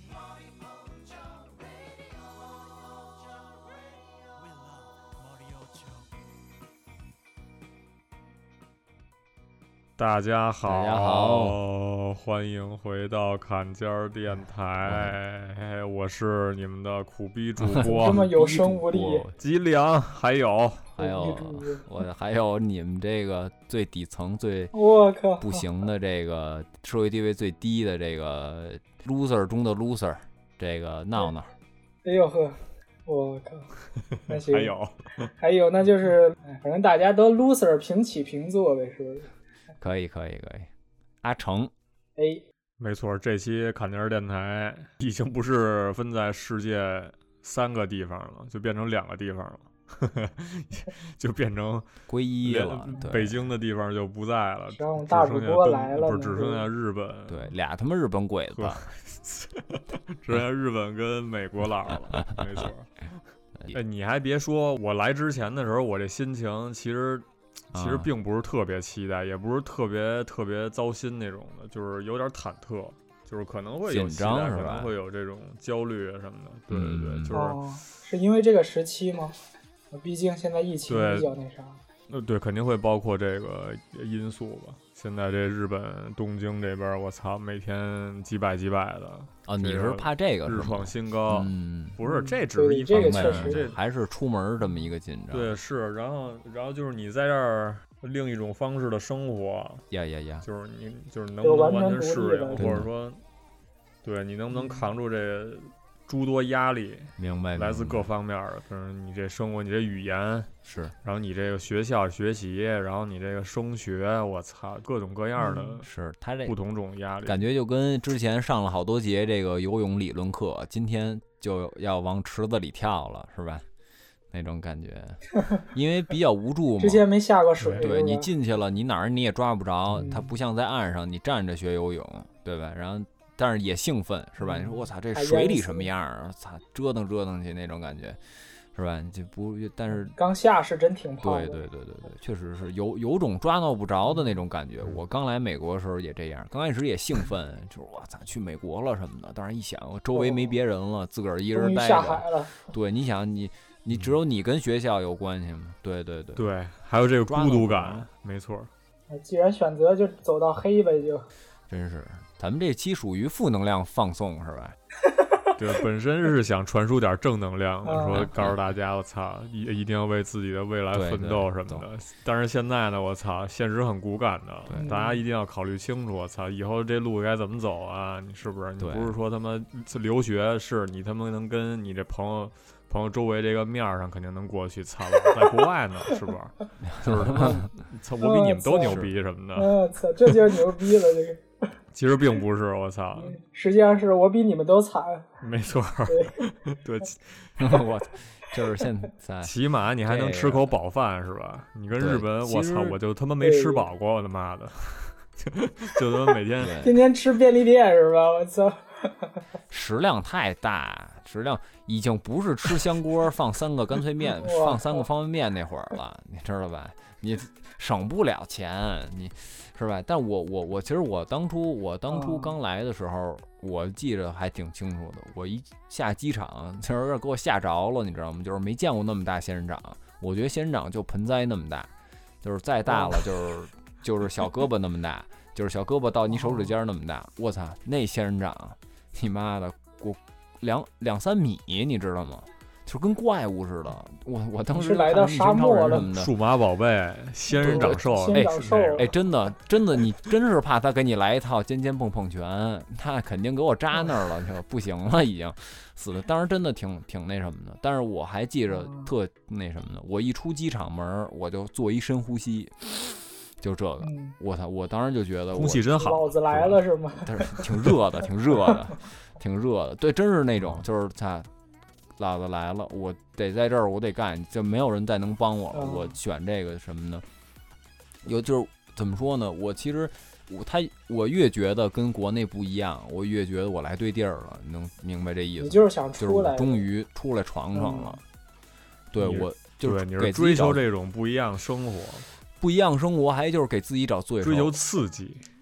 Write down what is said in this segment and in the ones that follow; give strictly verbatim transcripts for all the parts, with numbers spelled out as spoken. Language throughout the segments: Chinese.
大家好， 大家好， 欢迎回到坎肩儿电台、嗯，我是你们的苦逼主播， 这么有声无力， 吉良，还有还有我，还有你们这个最底层最我靠不行的这个社会地位最低的这个 loser 中的 loser， 这个闹闹。 哎呦呵，我靠，那行， 还有还有那就是，反正大家都 loser 平起平坐呗，是不是？ 可以可以可以，阿成， 哎， 没错，这期坎肩儿电台已经不是分在世界三个地方了，就变成两个地方了，呵呵就变成归一了。 北京的地方就不在了， 让我们大主播来了， 不是只剩下日本， 对，俩他妈日本鬼子， 只剩下日本跟美国佬了，没错。哎，你还别说，我来之前的时候，我这心情其实。其实并不是特别期待、啊、也不是特别特别糟心那种的，就是有点忐忑，就是可能会有期待，可能会有这种焦虑什么的。对对对， 嗯、 就是、 哦、是因为这个时期吗？毕竟现在疫情比较那啥。 呃，对，肯定会包括这个因素吧。现在这日本东京这边，我操，每天几百几百的。 哦，你是怕这个日创新高？ 嗯， 不是，这只是一方面， 这这还是出门这么一个紧张。 对，是，然后，然后就是你在这儿另一种方式的生活， 呀呀呀， 就是你就是能不能完全适应，或者说，对你能不能扛住这诸多压力？ 明白， 来自各方面的，就是你这生活，你这语言是， 然后你这个学校学习，然后你这个升学，我操，各种各样的， 是他这不同种压力， 感觉就跟之前上了好多节这个游泳理论课，今天就要往池子里跳了，是吧？那种感觉，因为比较无助嘛。 之前没下过水， 对你进去了，你哪儿你也抓不着， 嗯、 它不像在岸上，你站着学游泳，对吧？然后。但是也兴奋，是吧？你说我操，这水里什么样啊？操，折腾折腾去那种感觉，是吧？就不，但是刚下是真挺胖的。对对对对对，确实是有有种抓挠不着的那种感觉。我刚来美国的时候也这样，刚开始也兴奋，就是我操去美国了什么的。当然一想，周围没别人了， 哦、 自个儿一人待着。 下海了。 对，你想你你只有你跟学校有关系嘛？对对对对，还有这个孤独感，没错。 既然选择就走到黑呗，就真是。咱们这期属于负能量放送是吧？ 对，本身是想传输点正能量的，说告诉大家，我操，一一定要为自己的未来奋斗什么的。但是现在呢，我操，现实很骨感的，大家一定要考虑清楚，我操，以后这路该怎么走啊？你是不是？你不是说他妈留学是你他妈能跟你这朋友朋友周围这个面上肯定能过去，操，在国外呢，是不是？就是他妈，操，我比你们都牛逼什么的。 我操，这就是牛逼了，这个。 其实并不是，我操！ 实际上是我比你们都惨。 没错，对， 我就是现在， 起码你还能吃口饱饭，是吧？你跟日本，我操，我就他妈没吃饱过，我的妈的，就他妈每天天天吃便利店是吧？我操， 食量太大，食量已经不是吃香锅放三个干脆面、放三个方便面那会儿了，你知道吧？你省不了钱，你。是吧？但我我我其实我当初我当初刚来的时候，我记着还挺清楚的。我一下机场，就是有点给我吓着了，你知道吗？就是没见过那么大仙人掌。我觉得仙人掌就盆栽那么大，就是再大了就是就是小胳膊那么大，就是小胳膊到你手指尖那么大。我操，那仙人掌，你妈的，我两两三米，你知道吗？就跟怪物似的，我我当时来到沙漠了， 数码宝贝、仙人掌兽， 哎哎，真的真的，你真是怕他给你来一套尖尖碰碰拳，他肯定给我扎那儿了，就不行了，已经死了。当时真的挺挺那什么的，但是我还记着特那什么的，我一出机场门，我就做一深呼吸，就这个，我操，我当时就觉得空气真好， 老子来了是吗？ 但是挺热的，挺热的，挺热的，对，真是那种，就是他。老子来了，我得在这儿，我得干，就没有人再能帮我了。我选这个什么呢？有就是怎么说呢？我其实我他我越觉得跟国内不一样，我越觉得我来对地儿了。你能明白这意思？ 你就是想出来， 就是我终于出来闯闯了。嗯、对我就是你是追求这种不一样生活， 不一样生活，还就是给自己找罪受， 追求刺激。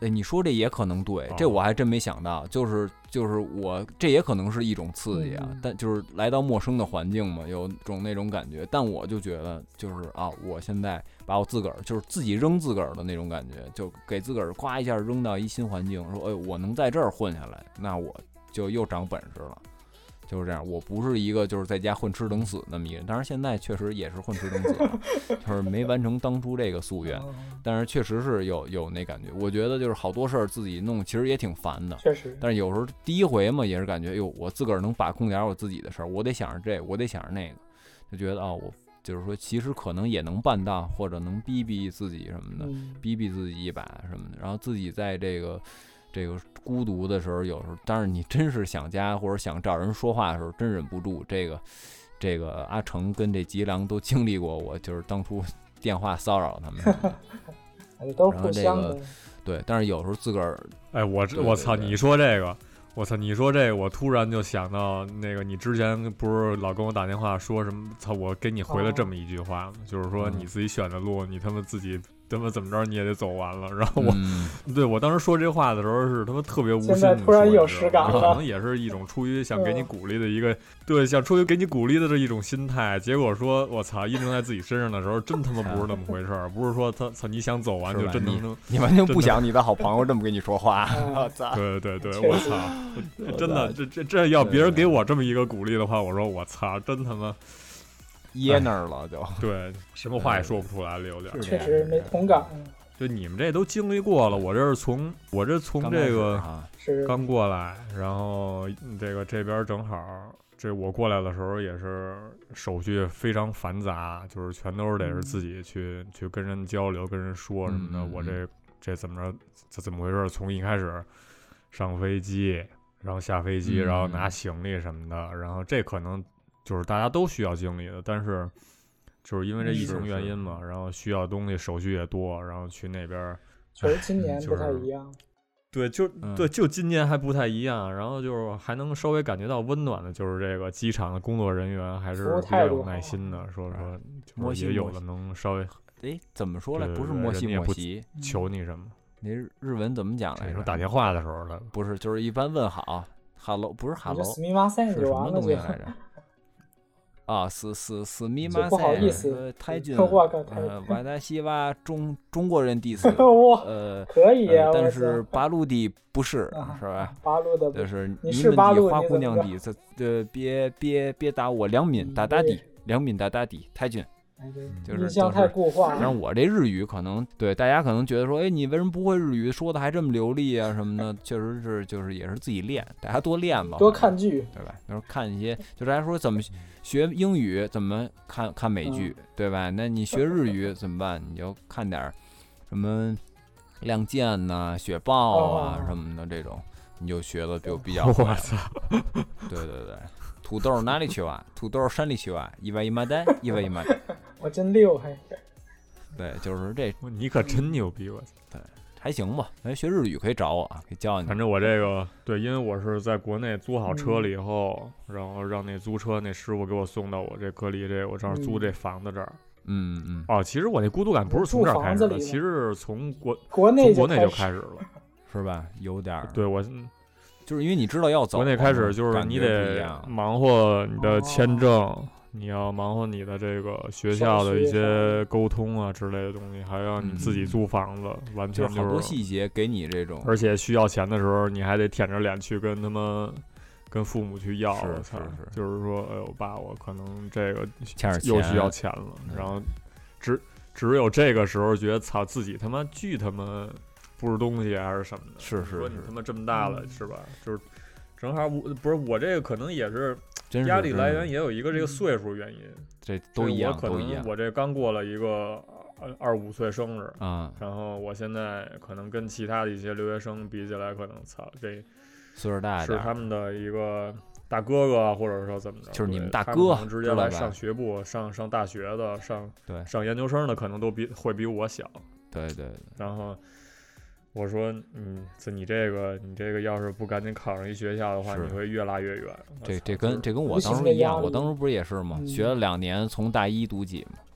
哎，你说这也可能对，这我还真没想到，就是就是我这也可能是一种刺激啊， 嗯、 但就是来到陌生的环境嘛，有种那种感觉。但我就觉得就是啊，我现在把我自个儿就是自己扔自个儿的那种感觉，就给自个儿夸一下扔到一新环境，说哎，我能在这儿混下来，那我就又长本事了。就是这样，我不是一个就是在家混吃等死那么一个人，当然现在确实也是混吃等死了，就是没完成当初这个夙愿，但是确实是有有那感觉。我觉得就是好多事儿自己弄，其实也挺烦的， 确实。 但是有时候第一回嘛，也是感觉，哟，我自个儿能把控点我自己的事儿，我得想着这，我得想着那个，就觉得啊、哦，我就是说，其实可能也能办到，或者能逼逼自己什么的， 嗯、 逼逼自己一把什么的，然后自己在这个。这个孤独的时候，有时候，当然你真是想家或者想找人说话的时候，真忍不住。这个，这个阿成跟这吉良都经历过，我就是当初电话骚扰他们， 都互相的、 这个。对，但是有时候自个儿， 哎，我我操，你说这个，我操，你说这个，我突然就想到那个，你之前不是老跟我打电话说什么？操，我给你回了这么一句话吗？哦、就是说你自己选的路，你他妈自己。他妈怎么着你也得走完了，然后我， 嗯、 对我当时说这话的时候是他妈特别无心的说， 现在突然有实感了， 可能也是一种出于想给你鼓励的一个，嗯、对，想出于给你鼓励的这一种心态。结果说我操，印证在自己身上的时候，真他妈不是那么回事儿，不是说他操你想走完就真能能， 你完全不想你的好朋友这么跟你说话，我操！ 对对对，我操，真的这这这要别人给我这么一个鼓励的话，我说我操，真他妈。 噎那儿了就， 哎、对，什么话也说不出来了，有点确实没同感。 就你们这都经历过了，我这是从我这从这个刚过来，然后这个这边正好，这我过来的时候也是手续非常繁杂，就是全都是得是自己去、嗯、去跟人交流、跟人说什么的。 嗯、 我这这怎么着？这怎么回事？从一开始上飞机，然后下飞机， 嗯、 然后拿行李什么的，然后这可能。就是大家都需要经历的，但是就是因为这疫情原因嘛，然后需要东西手续也多，然后去那边， 确实今年不太一样。 就是、对，就、嗯、对，就今年还不太一样，然后就是还能稍微感觉到温暖的，就是这个机场的工作人员还是比较有耐心的，说说就是也有的能稍微， 哎，怎么说来？不是摸西摸西， 求你什么？ 那日文怎么讲来着？ 说打电话的时候的， 不是，就是一般问好 ，hello， 不是 hello， 是什么东西来着？啊，是是是密码不好意思， 台军， 呃， 瓦达西瓦中中国人第四，呃， 可以啊， 呃、但是八路的不是， 啊、 是吧？ 八路的就是你们的花姑娘的， 这呃，别别别打我，良民打打的，良民打打的，台军。就是印象太固化了。 但是我这日语可能对大家可能觉得说，哎，你为什么不会日语，说的还这么流利啊什么的？确实是，就是也是自己练，大家多练吧， 多看剧， 对吧？就是看一些，就大家说怎么学英语，怎么看看美剧， 嗯、 对吧？那你学日语怎么办？你就看点什么《亮剑》呐、《雪豹》啊、 哦、 什么的这种，你就学的就比较我操！ 对对对。土豆哪里去啊？土豆山里去啊！一万一麻袋，一万一麻袋。 我真溜还。 对，就是这， 你可真牛逼！我操， 对，还行吧。哎，学日语可以找我，可以教你。 反正我这个对，因为我是在国内租好车了以后，嗯、然后让那租车那师傅给我送到我这隔离这，我正好租这房子这儿。 嗯嗯。 哦，其实我那孤独感不是从这儿开始的，其实是从国国内从国内就开始了， 是吧？有点儿。 对我。 就是因为你知道要走， 国内开始就是你得忙活你的签证， 哦、 你要忙活你的这个学校的一些沟通啊之类的东西，还要你自己租房子， 嗯、 完全就是好多细节给你这种， 而且需要钱的时候，你还得舔着脸去跟他们跟父母去要， 是是是， 就是说，哎呦爸，我可能这个又需要钱了， 嗯、 然后只只有这个时候觉得操自己他妈巨他妈。不是东西还是什么的？ 是是是， 说你他妈这么大了、嗯、是吧？就是正好我不是我这个可能也是真压力来源，也有一个这个岁数原因， 这都一样， 我可能我这刚过了一个二五岁生日啊、嗯， 然后我现在可能跟其他的一些留学生比起来，可能操这岁数大是他们的一个大哥哥，或者说怎么着， 就是你们大哥， 可能直接来上学部、上上大学的、上对上研究生的，可能都比会比我小， 对对对， 然后。我说，嗯，这你这个，你这个要是不赶紧考上一学校的话，你会越拉越远。 这这跟这跟我当初一样，我当初不是也是吗？ 嗯、 学了两年，从大一读起嘛，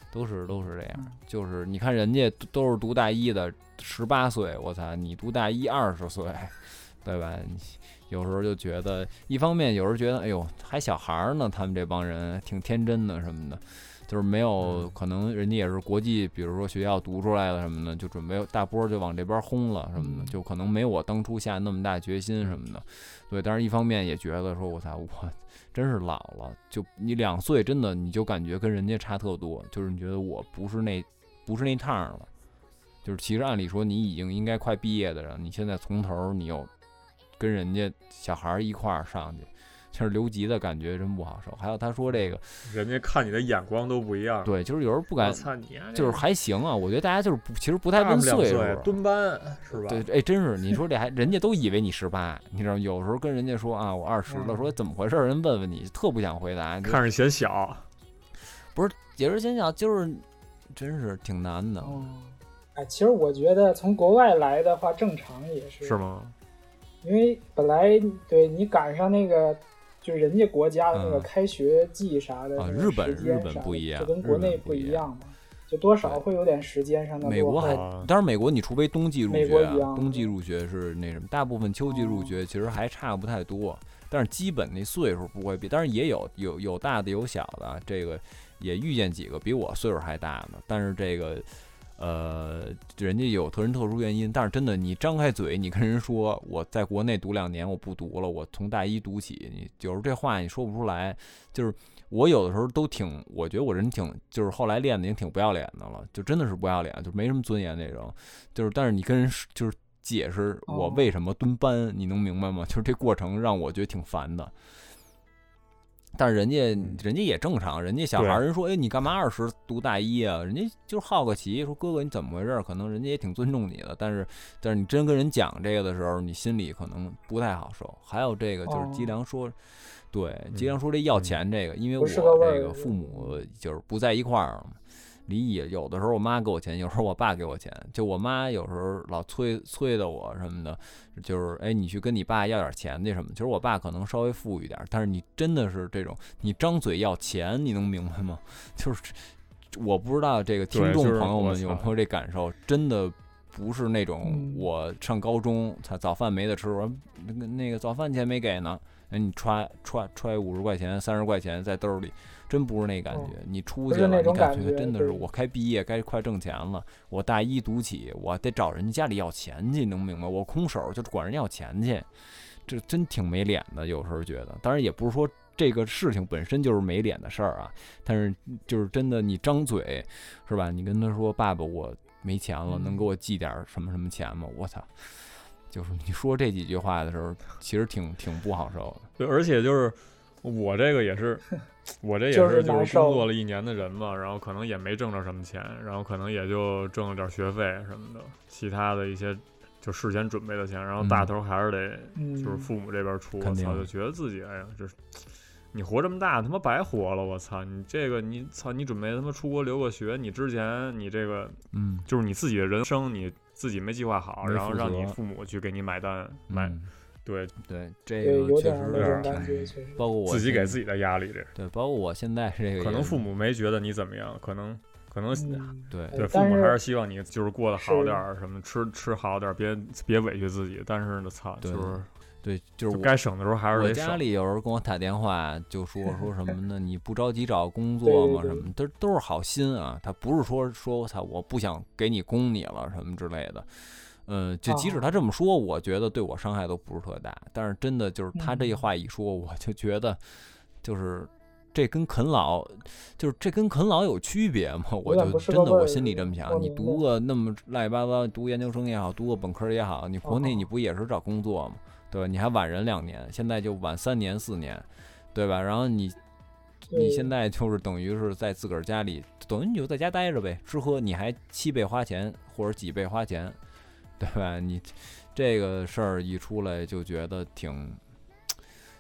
都是都是这样。就是你看人家都是读大一的，十八岁，我操，你读大一二十岁，对吧？你有时候就觉得，一方面有时候觉得，哎呦，还小孩呢，他们这帮人挺天真的什么的。就是没有可能，人家也是国际，比如说学校读出来了什么的，就准备大波就往这边轰了什么的，就可能没我当初下那么大决心什么的。对，但是一方面也觉得说，我操，我真是老了。就你两岁，真的你就感觉跟人家差特多，就是你觉得我不是那不是那趟了。就是其实按理说你已经应该快毕业的人，你现在从头你又跟人家小孩一块儿上去。就是留级的感觉真不好受。还有他说这个， 人家看你的眼光都不一样。 对，就是有时候不敢，就是还行啊。我觉得大家就是不，其实不太问岁数， 蹲班是吧？ 对，哎，真是你说这还，人家都以为你十八，你知道，有时候跟人家说啊，我二十了，说怎么回事？人问问你，特不想回答， 看着显小， 不是也是显小，就是真是挺难的。 哦，哎，其实我觉得从国外来的话，正常也是。 是吗？ 因为本来对你赶上那个。就是人家国家的那个开学季啥的、 嗯啊，日本日本不一样， 就跟国内不一样嘛，就多少会有点时间上的。 美国还，当然美国你除非冬季入学、啊，冬季入学是那什么，大部分秋季入学其实还差不太多，哦、但是基本那岁数不会比，当然也有有有大的有小的，这个也遇见几个比我岁数还大的，但是这个。呃，人家有特人特殊原因，但是真的，你张开嘴，你跟人说我在国内读两年，我不读了，我从大一读起，你有时候这话你说不出来。就是我有的时候都挺，我觉得我人挺，就是后来练的已经挺不要脸的了，就真的是不要脸，就没什么尊严那种。就是，但是你跟人就是解释我为什么蹲班，你能明白吗？就是这过程让我觉得挺烦的。但是人家人家也正常，人家小孩人说，哎，你干嘛二十读大一啊？人家就好个奇，说哥哥你怎么回事？可能人家也挺尊重你的，但是但是你真跟人讲这个的时候，你心里可能不太好受。还有这个就是姬良说，哦、对姬良说这要钱这个，因为我这个父母就是不在一块儿了。离异，有的时候我妈给我钱，有时候我爸给我钱。就我妈有时候老催催的我什么的，就是哎，你去跟你爸要点钱去什么。其实我爸可能稍微富裕点，但是你真的是这种，你张嘴要钱，你能明白吗？就是我不知道这个听众朋友们有没有这感受，真的不是那种我上高中才早饭没得吃，我那个那个早饭钱没给呢，哎，你揣揣揣五十块钱、三十块钱在兜里。真不是那感觉，哦、你出去了，你感觉真的是我该毕业，该快挣钱了。我大一读起，我得找人家里要钱去，能明白？我空手就管人要钱去，这真挺没脸的。有时候觉得，当然也不是说这个事情本身就是没脸的事儿啊，但是就是真的，你张嘴是吧？你跟他说爸爸，我没钱了，能给我寄点什么什么钱吗？我操！就是你说这几句话的时候，其实挺挺不好受的。 对，而且就是我这个也是。我这也是就是工作了一年的人嘛，然后可能也没挣着什么钱，然后可能也就挣了点学费什么的，其他的一些就事先准备的钱，然后大头还是得就是父母这边出。我操，就觉得自己哎呀，就是你活这么大他妈白活了，我操，你这个你操你准备他妈出国留个学，你之前你这个嗯就是你自己的人生你自己没计划好，然后让你父母去给你买单买。 嗯对对，这个确实有点挺， 包括我自己给自己的压力，这对，包括我现在这个， 可能父母没觉得你怎么样，可能可能、 嗯、 对对，父母还是希望你就是过得好点儿，什么吃吃好点儿，别别委屈自己。但是呢，操，就是对，就是该省的时候还是得省。 我家里有人跟我打电话就说说什么呢？你不着急找工作吗？什么都都是好心啊，他不是说说我操，我不想给你供你了什么之类的。嗯，就即使他这么说，我觉得对我伤害都不是特大。但是真的就是他这话一说，我就觉得，就是这跟啃老，就是这跟啃老有区别吗？我就真的我心里这么想。你读个那么乱七八糟，读研究生也好，读个本科也好，你国内你不也是找工作吗？对吧？你还晚人两年，现在就晚三年四年，对吧？然后你你现在就是等于是在自个儿家里，等于你就在家待着呗，吃喝你还七倍花钱或者几倍花钱。对吧？你这个事儿一出来，就觉得挺，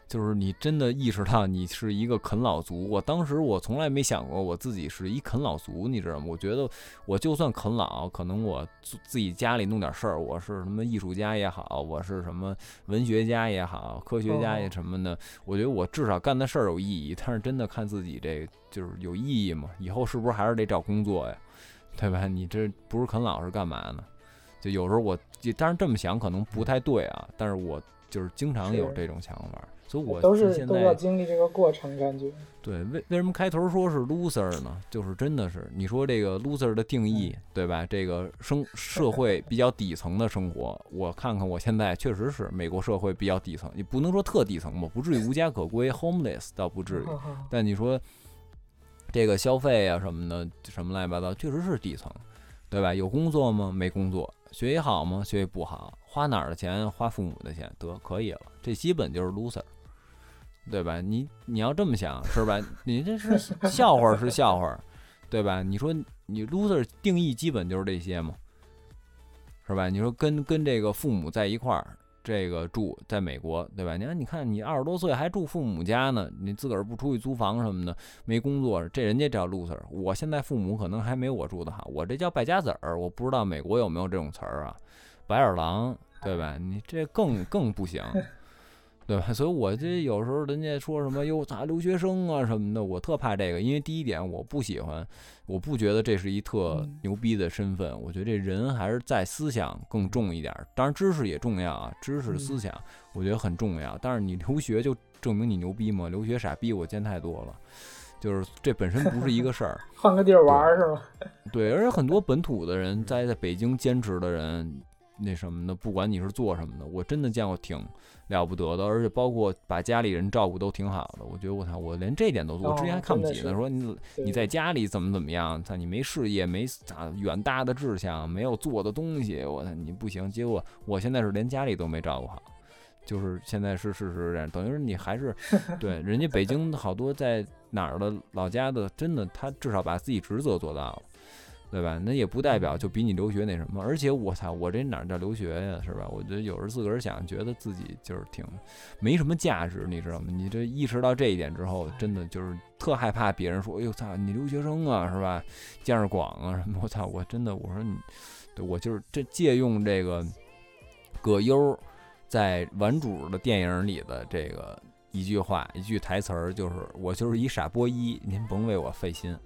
就是你真的意识到你是一个啃老族。我当时我从来没想过我自己是一啃老族，你知道吗？我觉得我就算啃老，可能我自己家里弄点事儿，我是什么艺术家也好，我是什么文学家也好，科学家也什么的，我觉得我至少干的事儿有意义。但是真的看自己这就是有意义吗？以后是不是还是得找工作呀？对吧？你这不是啃老是干嘛呢？就有时候我当然这么想可能不太对啊，但是我就是经常有这种想法。所以我都是都要经历这个过程，感觉对。为为什么开头说是 loser 呢？就是真的是你说这个 loser 的定义，对吧？这个生社会比较底层的生活，我看看我现在确实是美国社会比较底层，你不能说特底层吧，不至于无家可归 homeless 倒不至于，但你说这个消费啊什么的，什么乱七八糟，确实是底层，对吧？有工作吗？没工作。学习好吗？学习不好。花哪儿的钱？花父母的钱，得可以了，这基本就是 loser。对吧？你你要这么想是吧？你这是笑话是笑话，对吧？你说你 loser 定义基本就是这些嘛，是吧？你说跟跟这个父母在一块儿，这个住在美国，对吧？你看你看你二十多岁还住父母家呢，你自个儿不出去租房什么的，没工作，这人家叫 loser。我现在父母可能还没我住的好，我这叫败家子儿。我不知道美国有没有这种词儿啊，白眼狼，对吧？你这更更不行。对吧？所以我这有时候人家说什么哟，咋留学生啊什么的，我特怕这个，因为第一点我不喜欢，我不觉得这是一特牛逼的身份，我觉得这人还是在思想更重一点，当然知识也重要啊，知识思想我觉得很重要，但是你留学就证明你牛逼吗？留学傻逼我见太多了，就是这本身不是一个事儿， 换个地儿玩是吧？ 对，而且很多本土的人在在北京坚持的人。那什么的，不管你是做什么的，我真的见过挺了不得的，而且包括把家里人照顾都挺好的。我觉得我操，我连这点都做，我之前还看不起呢，说你你在家里怎么怎么样，操你没事业，没啊远大的志向，没有做的东西，我操你不行。结果我现在是连家里都没照顾好，就是现在是事实这样，等于是你还是对人家北京好多在哪儿的老家的，真的他至少把自己职责做到了。对吧？那也不代表就比你留学那什么，而且我操，我这哪叫留学呀，是吧？我觉得有时候自个儿想，觉得自己就是挺没什么价值，你知道吗？你这意识到这一点之后，真的就是特害怕别人说，哎呦操，你留学生啊，是吧？见识广啊什么？我操，我真的，我说你，对我就是这借用这个葛优在《顽主》的电影里的这个一句话，一句台词儿，就是我就是一傻波一，您甭为我费心。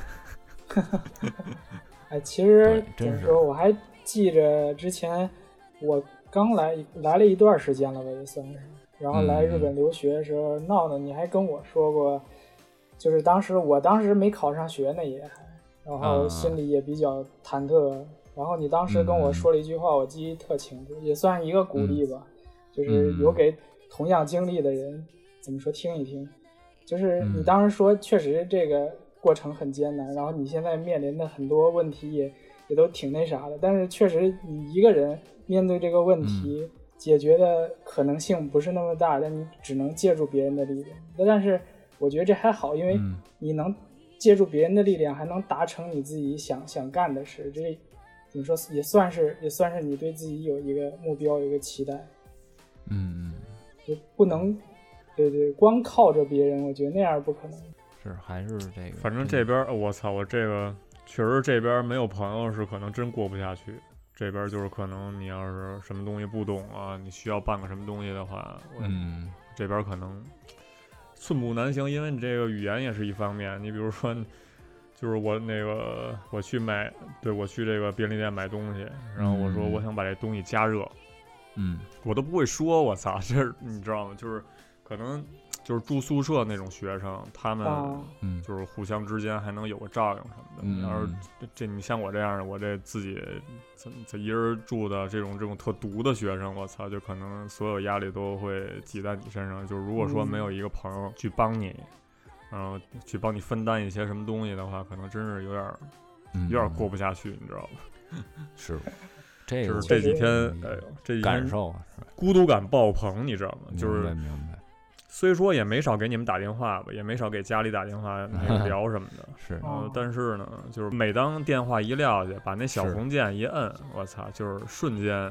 哎，其实怎么说，我还记着之前我刚来来了一段时间了吧，也算是，然后来日本留学的时候，闹闹你还跟我说过，就是当时我当时没考上学呢也还，然后心里也比较忐忑，然后你当时跟我说了一句话，我记忆特清楚，也算一个鼓励吧，就是有给同样经历的人怎么说听一听，就是你当时说确实这个过程很艰难，然后你现在面临的很多问题也也都挺那啥的，但是确实你一个人面对这个问题、嗯、解决的可能性不是那么大，但你只能借助别人的力量。但是我觉得这还好，因为你能借助别人的力量还能达成你自己想想干的事，这怎么说也算是也算是你对自己有一个目标有一个期待。 嗯， 就不能对对光靠着别人，我觉得那样不可能。 是还是这个， 反正这边我操，我这个确实这边没有朋友是可能真过不下去。这边就是可能你要是什么东西不懂啊，你需要办个什么东西的话， 嗯， 这边可能寸步难行，因为你这个语言也是一方面。你比如说，就是我那个我去买，对我去这个便利店买东西，然后我说我想把这东西加热， 嗯， 我都不会说，我操，这你知道吗？就是可能。就是住宿舍那种学生，他们就是互相之间还能有个照应什么的。 嗯、 要是这你像我这样的，我这自己这一人住的这种这种特独的学生，我操，就可能所有压力都会挤在你身上。就是如果说没有一个朋友去帮你，然后去帮你分担一些什么东西的话，可能真是有点有点过不下去，你知道吗？ 是，这就是这几天，哎呦，这几天感受孤独感爆棚，你知道吗？就是明白。 虽说也没少给你们打电话吧，也没少给家里打电话那个聊什么的， 是、 呃，但是呢，就是每当电话一撂下，把那小红键一摁，我操，就是瞬间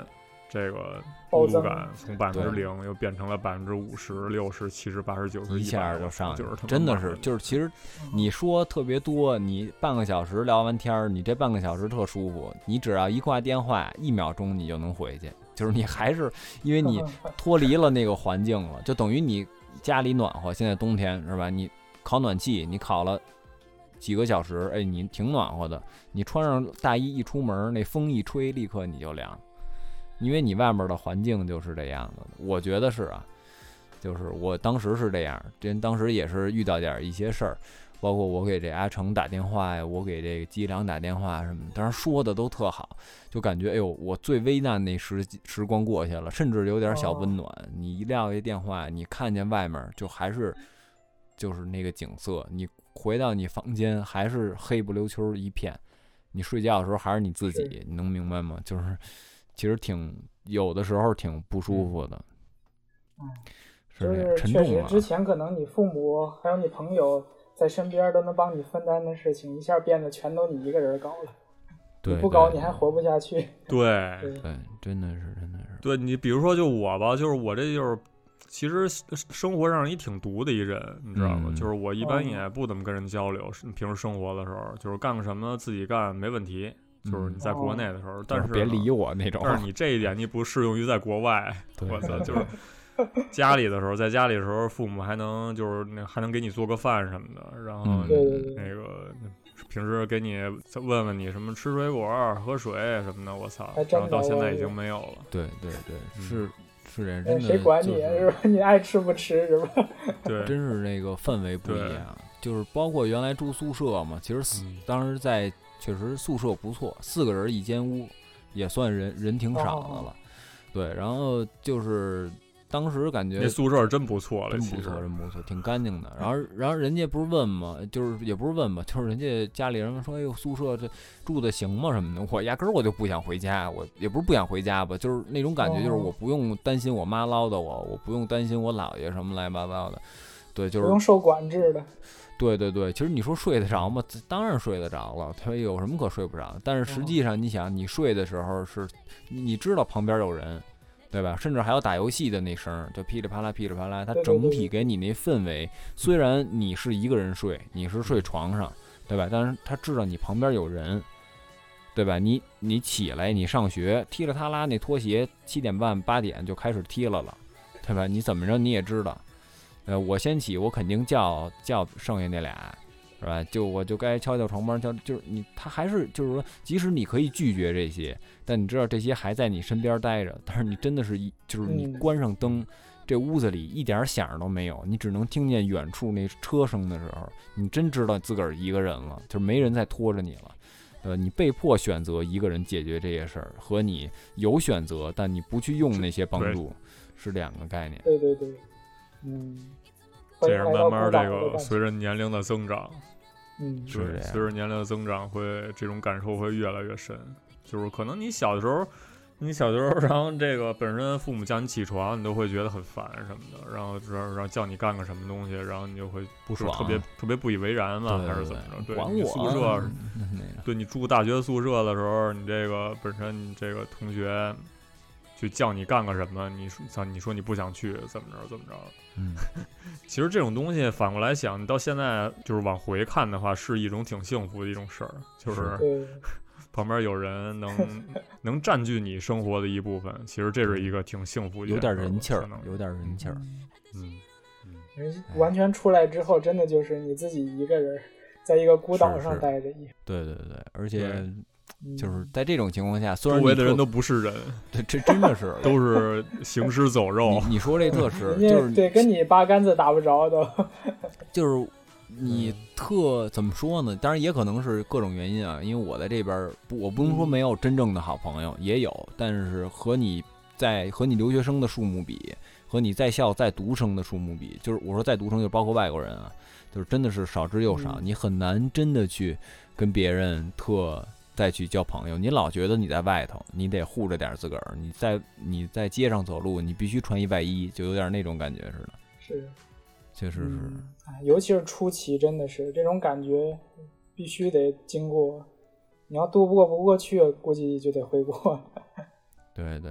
这个孤独感从百分之零又变成了百分之五十、六十、七十、八十、九十， 一下就上去了， 真的是就是其实你说特别多，你半个小时聊完天，你这半个小时特舒服，你只要一挂电话，一秒钟你就能回去，就是你还是因为你脱离了那个环境了，就等于你家里暖和，现在冬天是吧？你烤暖气，你烤了几个小时，哎，你挺暖和的，你穿上大衣一出门，那风一吹，立刻你就凉。因为你外面的环境就是这样的，我觉得是啊，就是我当时是这样，这当时也是遇到点一些事儿，包括我给这阿成打电话呀，我给这个季良打电话什么的，当然说的都特好，就感觉哎呦，我最危难那时时光过去了，甚至有点小温暖。哦、你一撂一电话，你看见外面就还是就是那个景色，你回到你房间还是黑不溜秋一片，你睡觉的时候还是你自己，你能明白吗？就是。其实挺有的时候挺不舒服的， 嗯，是沉重了。确实，之前可能你父母还有你朋友在身边都能帮你分担的事情，一下变得全都你一个人搞了。 对， 你不搞你还活不下去。 对对对，真的是真的是。 对你比如说就我吧，就是我这就是其实生活上也挺独的一人，你知道吗？ 嗯、 就是我一般也不怎么跟人交流，嗯、平时生活的时候，就是干个什么自己干没问题。就是你在国内的时候， 嗯、 但是别理我那种。 但是你这一点你不适用于在国外。我操，就是家里的时候，在家里的时候，父母还能就是那还能给你做个饭什么的，然后那个平时给你问问你什么吃水果、喝水什么的。我操，然后到现在已经没有了。 对对对， 嗯、 是是这，真的谁管你、 就是是吧？你爱吃不吃是吧？ 对， 真是那个氛围不一样。就是包括原来住宿舍嘛，其实当时在。确实宿舍不错，四个人一间屋，也算人人挺少的了。哦、对，然后就是当时感觉那宿舍真不错了， 真不错，真不错，挺干净的。然后，然后人家不是问嘛，就是也不是问吧，就是人家家里人说：“哎呦，宿舍这住的行吗？什么的。”我压根儿我就不想回家，我也不是不想回家吧，就是那种感觉，就是我不用担心我妈唠叨我，我不用担心我姥爷什么乱七八糟的。对，就是不用受管制的。 对对对，其实你说睡得着吗？当然睡得着了，他有什么可睡不着？但是实际上，你想，你睡的时候是，你知道旁边有人，对吧？甚至还有打游戏的那声，就噼里啪啦噼里啪啦，它整体给你那氛围。虽然你是一个人睡，你是睡床上，对吧？但是他知道你旁边有人，对吧？你你起来，你上学，踢了他拉那拖鞋，七点半八点就开始踢了了，对吧？你怎么着你也知道。呃，我先起，我肯定叫叫剩下那俩，是吧？就我就该敲敲床帮，敲就是你，他还是就是说，即使你可以拒绝这些，但你知道这些还在你身边待着，但是你真的是一就是你关上灯，嗯、这屋子里一点响都没有，你只能听见远处那车声的时候，你真知道自个儿一个人了，就是没人再拖着你了。呃，你被迫选择一个人解决这些事儿，和你有选择但你不去用那些帮助，是两个概念。 对对对。嗯， 这样慢慢这个随着年龄的增长， 嗯， 对，随着年龄的增长会这种感受会越来越深。就是可能你小的时候，你小的时候，然后这个本身父母叫你起床，你都会觉得很烦什么的，然后然后叫你干个什么东西，然后你就会不爽， 特别特别不以为然嘛，还是怎么着？对， 管我你宿舍， 嗯、 对你住大学宿舍的时候，你这个本身你这个同学。就叫你干个什么，你说你说你不想去，怎么着怎么着？ 嗯， 其实这种东西反过来想，你到现在就是往回看的话，是一种挺幸福的一种事儿，就是旁边有人能能占据你生活的一部分，其实这是一个挺幸福的， 有点人气儿，有点人气儿。 嗯嗯，完全出来之后，真的就是你自己一个人在一个孤岛上待着。 对对对，而且。就是在这种情况下，虽然周围的人都不是人， 对，这真的是都是行尸走肉。 你, 你说这特是，就是对，跟你八竿子打不着都。 就是你特怎么说呢？当然也可能是各种原因啊。因为我在这边，不，我不能说没有真正的好朋友，也有，但是和你在和你留学生的数目比，和你在校在读生的数目比，就是我说在读生就包括外国人啊，就是真的是少之又少。 嗯、 你很难真的去跟别人特。再去交朋友，你老觉得你在外头，你得护着点自个儿。你在你在街上走路，你必须穿一外衣，就有点那种感觉似的。 是， 确实是、 嗯，尤其是初期，真的是这种感觉，必须得经过。你要渡不过不过去，估计就得回国。 对对对，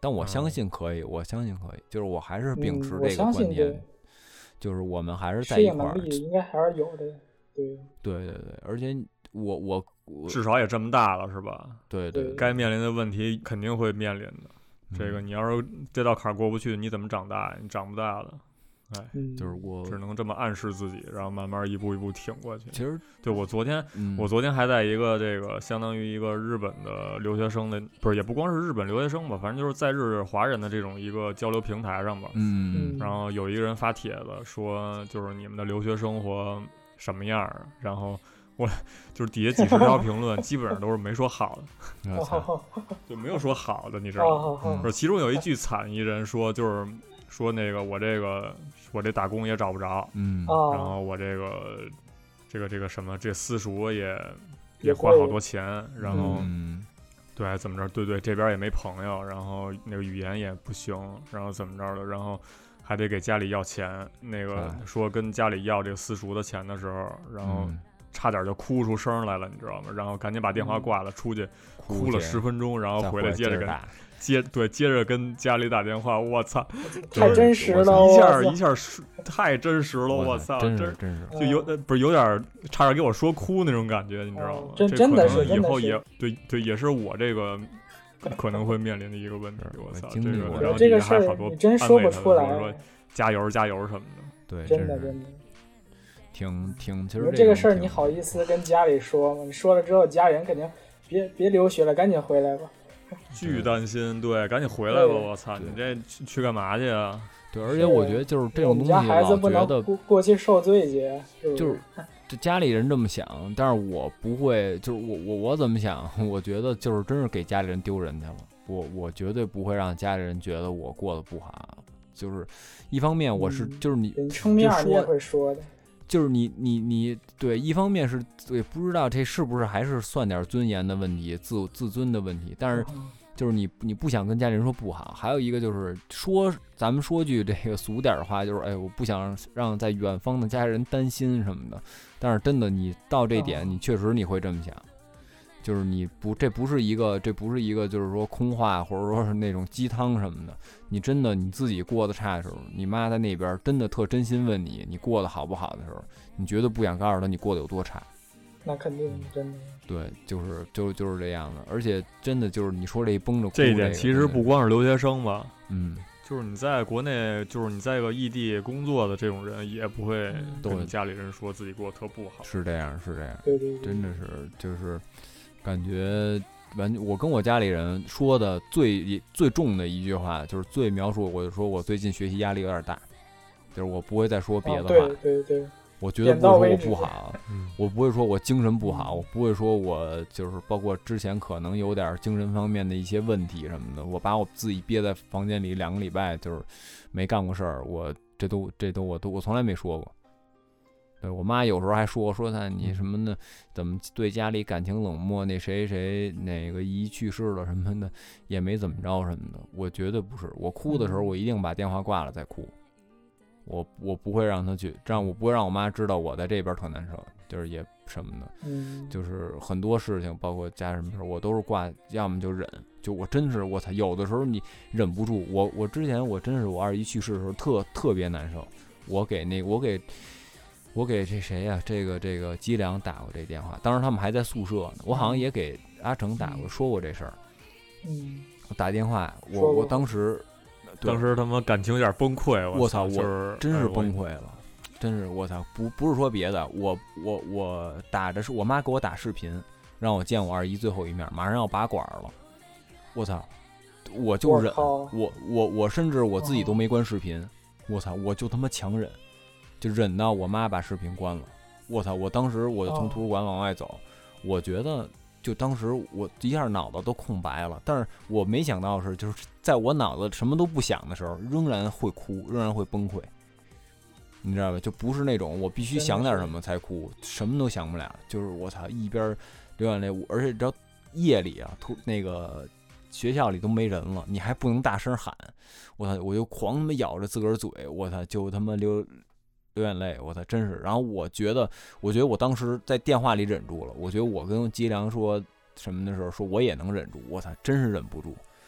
但我相信可以，我相信可以，就是我还是秉持这个观念，嗯、就是我们还是在一块儿， 应该还是有的，对， 对对对，而且我我我至少也这么大了，是吧？ 对 对, 对， 该面临的问题肯定会面临的。嗯、这个你要是这道坎过不去，你怎么长大？你长不大的。哎， 就是我只能这么暗示自己，然后慢慢一步一步挺过去。 其实， 对我昨天， 嗯、 我昨天还在一个这个相当于一个日本的留学生的，不是也不光是日本留学生吧，反正就是在日华人的这种一个交流平台上吧。 嗯， 然后有一个人发帖子说，就是你们的留学生活什么样？然后我就是底下几十条评论，基本上都是没说好的，就没有说好的，你知道吗？嗯、其中有一句惨，一人说就是。说那个我这个我这打工也找不着， 嗯， 然后我这个这个这个什么这私塾也也花好多钱，然后、 嗯、 对怎么着对对这边也没朋友，然后那个语言也不行，然后怎么着的，然后还得给家里要钱，那个说跟家里要这个私塾的钱的时候，然后差点就哭出声来了，你知道吗？然后赶紧把电话挂了，出去哭了十分钟，然后回来接着跟。接对接着跟家里打电话，我操， 太真实了， 一下一下太真实了，我操， 真是真是就有不是有点差点给我说哭那种感觉，你知道吗？ 这真的是以后也对对，也是我这个可能会面临的一个问题，我操，这个然后这个还好多你真说不出来， 说加油加油什么的， 对， 真的真的。 挺挺，其实这个事儿你好意思跟家里说吗？你说了之后，家人肯定别别留学了，赶紧回来吧。 巨担心，对，赶紧回来吧！我操，你这去去干嘛去啊？ 对，而且我觉得就是这种东西， 我们家孩子不能过过去受罪去， 就是这家里人这么想，但是我不会，就是我我我怎么想？我觉得就是真是给家里人丢人去了，我我绝对不会让家里人觉得我过得不好。就是一方面我是、 嗯、 就是你你撑面你也会说的。 就是你你你对，一方面是对不知道这是不是还是算点尊严的问题，自自尊的问题，但是就是你你不想跟家里人说不好，还有一个就是说咱们说句这个俗点的话，就是哎，我不想让在远方的家人担心什么的，但是真的你到这点，你确实你会这么想。就是你不，这不是一个，这不是一个，就是说空话，或者说是那种鸡汤什么的。你真的你自己过得差的时候，你妈在那边真的特真心问你，你过得好不好的时候，你绝对不想告诉她你过得有多差。 那肯定真的。 对，就是就就是这样的，而且真的就是你说这一绷着哭、 这一点，其实不光是留学生吧， 嗯， 就是你在国内，就是你在个异地工作的这种人，也不会跟家里人说自己过得特不好。 是这样，是这样， 对对对， 真的是就是。感觉完，我跟我家里人说的最最重的一句话，就是最描述，我就说我最近学习压力有点大，就是我不会再说别的话， 哦、对对对， 我绝对不会说我不好，我不会说我精神不好，我不会说我就是包括之前可能有点精神方面的一些问题什么的，我把我自己憋在房间里两个礼拜，就是没干过事儿，我这都这都我都我从来没说过。对，我妈有时候还说说她你什么呢？怎么对家里感情冷漠？那谁谁哪个姨去世了什么的，也没怎么着什么的。我绝对不是，我哭的时候我一定把电话挂了再哭。我我不会让她去，这样我不会让我妈知道我在这边特难受，就是也什么的， 嗯， 就是很多事情，包括家什么事，我都是挂，要么就忍。就我真是我操，有的时候你忍不住。我我之前我真是我二姨去世的时候特特别难受，我给那我给。我给这谁呀、啊？这个这个姬良打过这电话，当时他们还在宿舍呢。我好像也给阿成打过，说过这事儿。 嗯， 我打电话，我我当时， 当时他妈感情有点崩溃。 我操， 我真是崩溃了，真是我操！不不是说别的，我我我打着是我妈给我打视频，让我见我二姨最后一面，马上要拔管了。我操，我就忍，我我我, 我甚至我自己都没关视频，我操，我就他妈强忍。就忍到我妈把视频关了，我操！我当时我就从图书馆往外走， oh. 我觉得就当时我一下脑子都空白了，但是我没想到是就是在我脑子什么都不想的时候，仍然会哭，仍然会崩溃，你知道吧？就不是那种我必须想点什么才哭，什么都想不了，就是我操一边流眼泪，而且你知道夜里啊，突那个学校里都没人了，你还不能大声喊，我操！我就狂他妈咬着自个儿嘴，我操，就他妈流。流眼泪，我操，真是。然后我觉得，我觉得我当时在电话里忍住了。我觉得我跟姬良说什么的时候，说我也能忍住。我操，真是忍不住。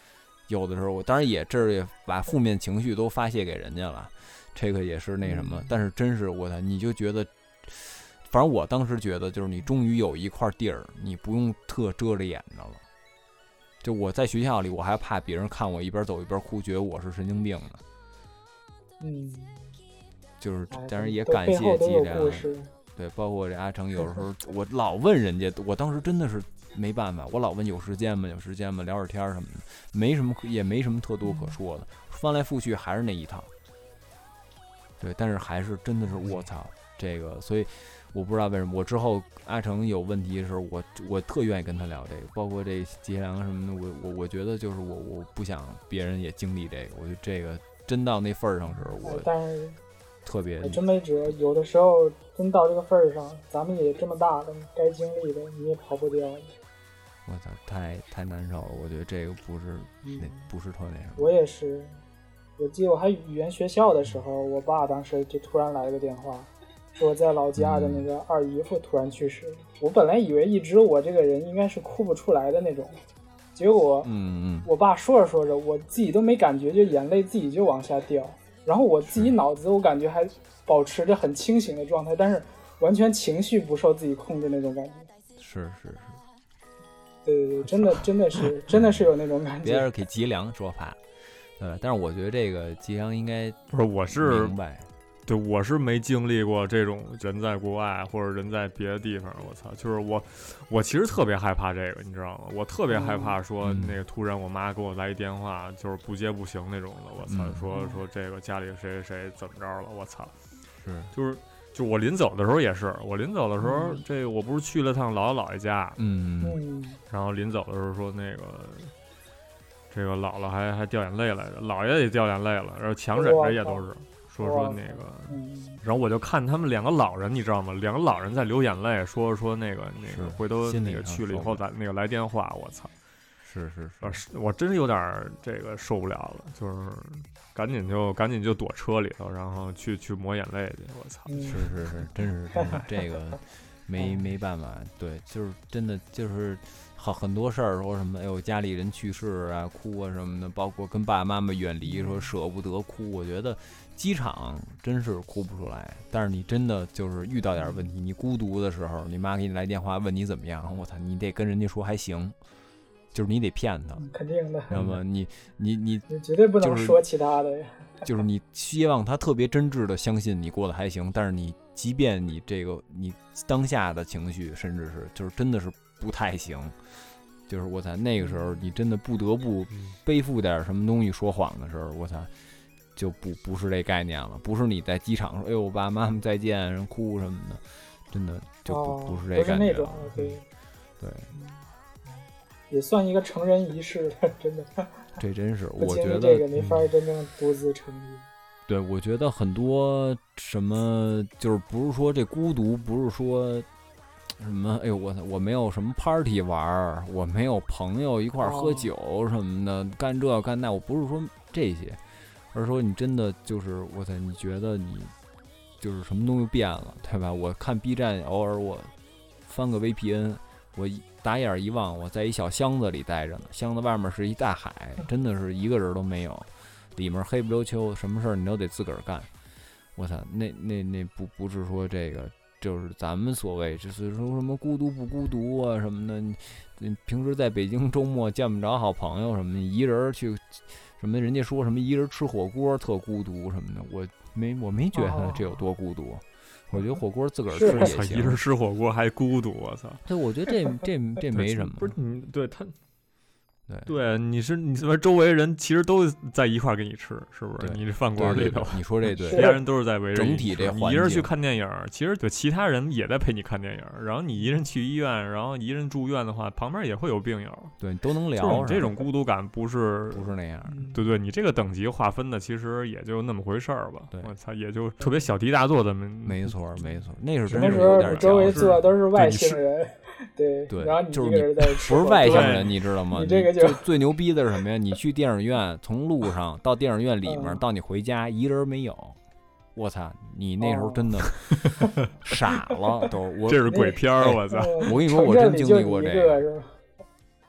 有的时候我当然也这也把负面情绪都发泄给人家了，这个也是那什么，但是真是我操，你就觉得，反正我当时觉得就是你终于有一块地儿，你不用特遮着眼着了。就我在学校里，我还怕别人看我一边走一边哭，觉得我是神经病呢。 嗯， 就是当然也感谢季良，对，包括这阿成，有时候我老问人家，我当时真的是没办法，我老问有时间吗？有时间吗？聊会天什么的，没什么，也没什么特多可说的，翻来覆去还是那一套。对，但是还是真的是我操，这个，所以我不知道为什么，我之后阿成有问题的时候，我我特愿意跟他聊这个，包括这杰良什么的，我我我觉得就是我我不想别人也经历这个，我觉得这个真到那份儿上时候，我但是特别真没辙，有的时候真到这个份儿上，咱们也这么大了，该经历的你也跑不掉。 我操，太太难受了，我觉得这个不是那、嗯、不是特那什么。 我也是，我记得我还语言学校的时候，我爸当时就突然来了个电话，说在老家的那个二姨夫突然去世。嗯、我本来以为一直我这个人应该是哭不出来的那种，结果嗯嗯， 我爸说着说着，我自己都没感觉，就眼泪自己就往下掉。然后我自己脑子我感觉还保持着很清醒的状态，但是完全情绪不受自己控制那种感觉。 是是是。 对对对，真的真的是真的是有那种感觉。 别人给吉良说法，对，但是我觉得这个吉良应该不是，我是明白， 对，我是没经历过这种人在国外或者人在别的地方。我操，就是我，我其实特别害怕这个，你知道吗？我特别害怕说那个突然我妈给我来一电话，就是不接不行那种的。我操， 嗯、 说说这个家里谁谁谁怎么着了？我操， 是就是。就我临走的时候也是，我临走的时候，嗯、这个我不是去了趟姥姥姥爷家， 嗯， 然后临走的时候说那个，这个姥姥还还掉眼泪来着，姥爷也掉眼泪了，然后强忍着也都是说说那个，然后我就看他们两个老人，你知道吗？两个老人在流眼泪，说说那个那个回头那个去了以后来那个来电话，我操， 是是是，我真是有点这个受不了了，就是。赶紧就赶紧就躲车里头，然后去去抹眼泪去。我操！ 是是是，真是真是这个没没办法。对，就是真的就是好很多事儿，说什么哎呦家里人去世啊，哭啊什么的，包括跟爸爸妈妈远离，说舍不得哭。我觉得机场真是哭不出来，但是你真的就是遇到点问题，你孤独的时候，你妈给你来电话问你怎么样，我操，你得跟人家说还行。就是你得骗他， 肯定的。 知道吗？你你你， 你绝对不能说其他的呀。 就是你希望他特别真挚的相信你过得还行，但是你即便你这个你当下的情绪，甚至是就是真的是不太行，就是我在那个时候你真的不得不背负点什么东西说谎的时候，我操，就不不是这概念了，不是你在机场说哎呦我爸妈妈再见，人哭什么的，真的就不、 哦、 不是这感觉了。 对对。 也算一个成人仪式了，真的。 这真是，我觉得这个没法真正独自成立、嗯。 对，我觉得很多什么，就是不是说这孤独，不是说什么，哎呦我我没有什么 party 玩，我没有朋友一块喝酒什么的，哦、干这干那，我不是说这些，而是说你真的就是我操，你觉得你就是什么东西变了，对吧？我看 B 站，偶尔我翻个 V P N， 我打眼一望，我在一小箱子里待着呢，箱子外面是一大海，真的是一个人都没有，里面黑不溜秋，什么事儿你都得自个儿干。我操，那那那不不是说这个，就是咱们所谓就是说什么孤独不孤独啊什么的，你你平时在北京周末见不着好朋友什么的，一人去什么人家说什么一人吃火锅特孤独什么的，我没我没觉得这有多孤独。哦，我觉得火锅自个儿吃也行， 一人吃火锅还孤独，我操！ 对，我觉得这这这没什么。 不是你对他， 对对，你是你什么周围人其实都在一块儿给你吃，是不是？你这饭馆里头， 你说这对， 其他人都是在围着整体这环境。 你一人去看电影，其实对其他人也在陪你看电影。然后你一人去医院，然后一人住院的话，旁边也会有病友， 对，都能聊。 就是你这种孤独感不是不是那样， 对对，你这个等级划分的其实也就那么回事儿吧。 对， 我操，也就特别小题大做的。 没错没错，那是真是有点。周围坐的都是外星人。对对， 然后你就是你不是外星人，你知道吗？ 你这个就最牛逼的是什么呀？你去电影院，从路上到电影院里面，嗯、到你回家，一人没有。我操！你那时候真的傻了，都我这是鬼片儿，我操！ 我跟你说，我真经历过这个。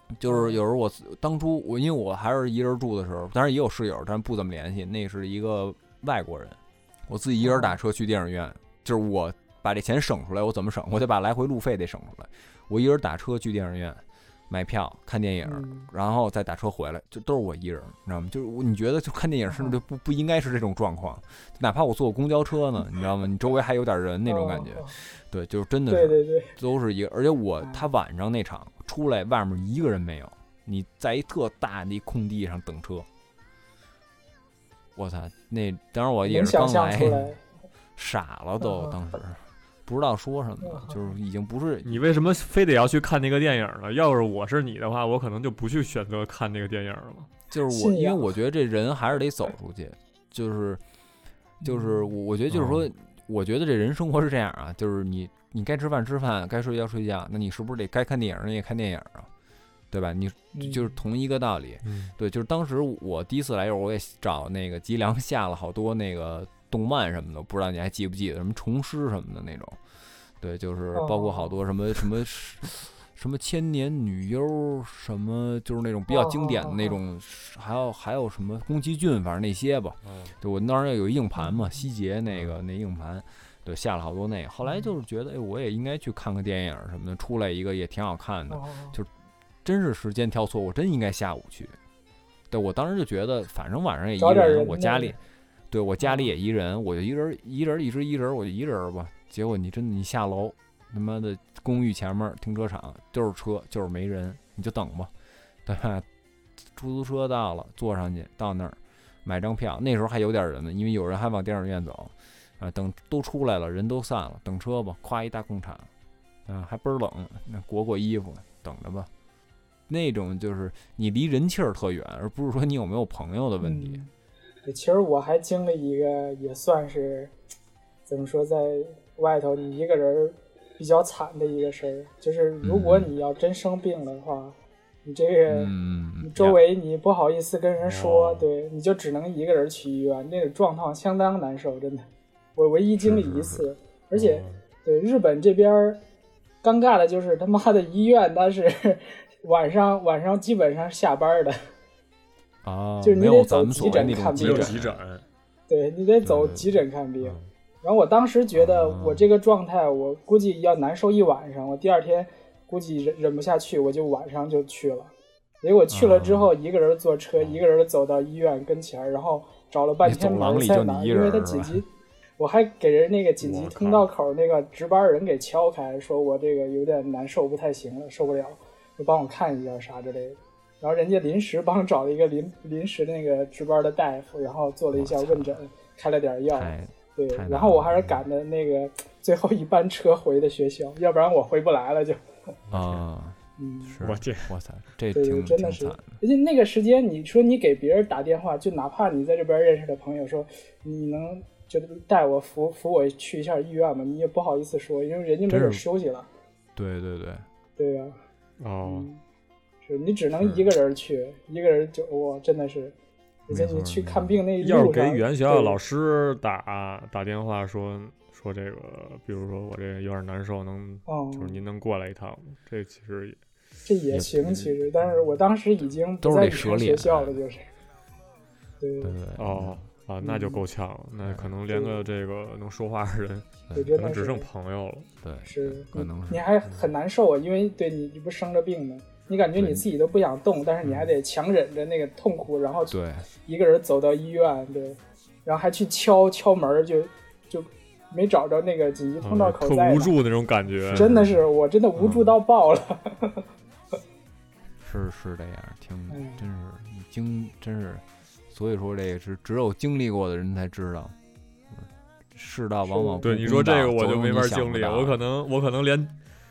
就是有时候我当初我因为我还是一人住的时候，当然也有室友，但是不怎么联系。那是一个外国人，我自己一人打车去电影院，就是我把这钱省出来，我怎么省？我得把来回路费得省出来。我一人打车去电影院买票看电影，然后再打车回来，就都是我一人，你知道吗？就是你觉得就看电影甚至就不不应该是这种状况，哪怕我坐公交车呢，你知道吗？你周围还有点人那种感觉，对，就是真的是， 对对对， 都是一个。而且我他晚上那场出来，外面一个人没有，你在一特大的一空地上等车，我操！那当时我也是刚来，傻了都，当时。不知道说什么，就是已经不是你为什么非得要去看那个电影呢？要是我是你的话，我可能就不去选择看那个电影了。 就是我，因为我觉得这人还是得走出去，就是就是我我觉得就是说，嗯、我觉得这人生活是这样啊，就是你你该吃饭吃饭，该睡觉睡觉，那你是不是得该看电影你也看电影啊？对吧？你就是同一个道理。 嗯、 对，就是当时我第一次来的时候，我也找那个吉良下了好多那个。动漫什么的，不知道你还记不记得什么虫师什么的那种，对，就是包括好多什么、oh. 什么什么千年女优，什么就是那种比较经典的那种， oh. 还有还有什么宫崎骏，反正那些吧。 Oh. 对，我当时有硬盘嘛，希捷那个那硬盘，对，下了好多那个。后来就是觉得，哎，我也应该去看个电影什么的，出来一个也挺好看的， oh. 就真是时间挑错，我真应该下午去。对，我当时就觉得，反正晚上也一人，我家里。对，我家里也一人，我就一人一人一直一人，我就一人吧。结果你真的你下楼，他妈的公寓前面停车场都是车，就是没人，你就等吧，对吧？出租车到了，坐上去到那儿买张票，那时候还有点人呢，因为有人还往电影院走啊。等都出来了，人都散了，等车吧，夸一大空场啊，还倍儿冷，那裹裹衣服等着吧。那种就是你离人气儿特远，而不是说你有没有朋友的问题。 嗯其实我还经历一个也算是怎么说，在外头你一个人比较惨的一个事儿，就是如果你要真生病了的话，嗯、你这个、 嗯、 你周围你不好意思跟人说， 哦、 对，你就只能一个人去医院，那个状况相当难受，真的。我唯一经历一次， 是是是而且、 哦、 对日本这边尴尬的就是他妈的医院，但是晚上晚上基本上下班的。 啊， 就是你得走急诊看病， 急诊， 对，你得走急诊看病。嗯、然后我当时觉得我这个状态，我估计要难受一晚上，我第二天估计忍忍不下去，我就晚上就去了。结果去了之后，一个人坐车，一个人走到医院跟前，然后找了半天门在哪，因为他紧急，我还给人那个紧急通道口那个值班人给敲开，说我这个有点难受，不太行了，受不了，就帮我看一下啥之类的。然后人家临时帮找了一个临临时的那个值班的大夫，然后做了一下问诊，开了点药，对，然后我还是赶的那个最后一班车回的学校，要不然我回不来了就。 啊， 嗯， 是我这， 我操，这挺真的是， 而且那个时间，你说你给别人打电话，就哪怕你在这边认识的朋友说，你能就带我扶扶我去一下医院吗？你也不好意思说，因为人家没准休息了。 对对对， 对呀、 啊，哦。 嗯，是你只能一个人去，一个人就哇，真的是，而且你去看病那路上， 要是给语言学校老师打打电话说说这个，比如说我这有点难受，能、嗯、就是您能过来一趟，这其实也这也行，其实，但是我当时已经不在语言学校了，就是，对对对哦啊，那就够呛了，嗯、那可能连个这个能说话的人， 可能只剩朋友了， 对， 是可能是你还很难受啊，因为对你你不生着病吗？你感觉你自己都不想动，但是你还得强忍着那个痛苦，然后对一个人走到医院，对，然后还去敲敲门，就就没找着那个紧急通道口在、 嗯、特无助那种感觉， 真的是我真的无助到爆了。嗯、 是是这样，听真是已经真是，所以说这个是只有经历过的人才知道，世道往往对你说这个我就没法经历，我可能我可能连。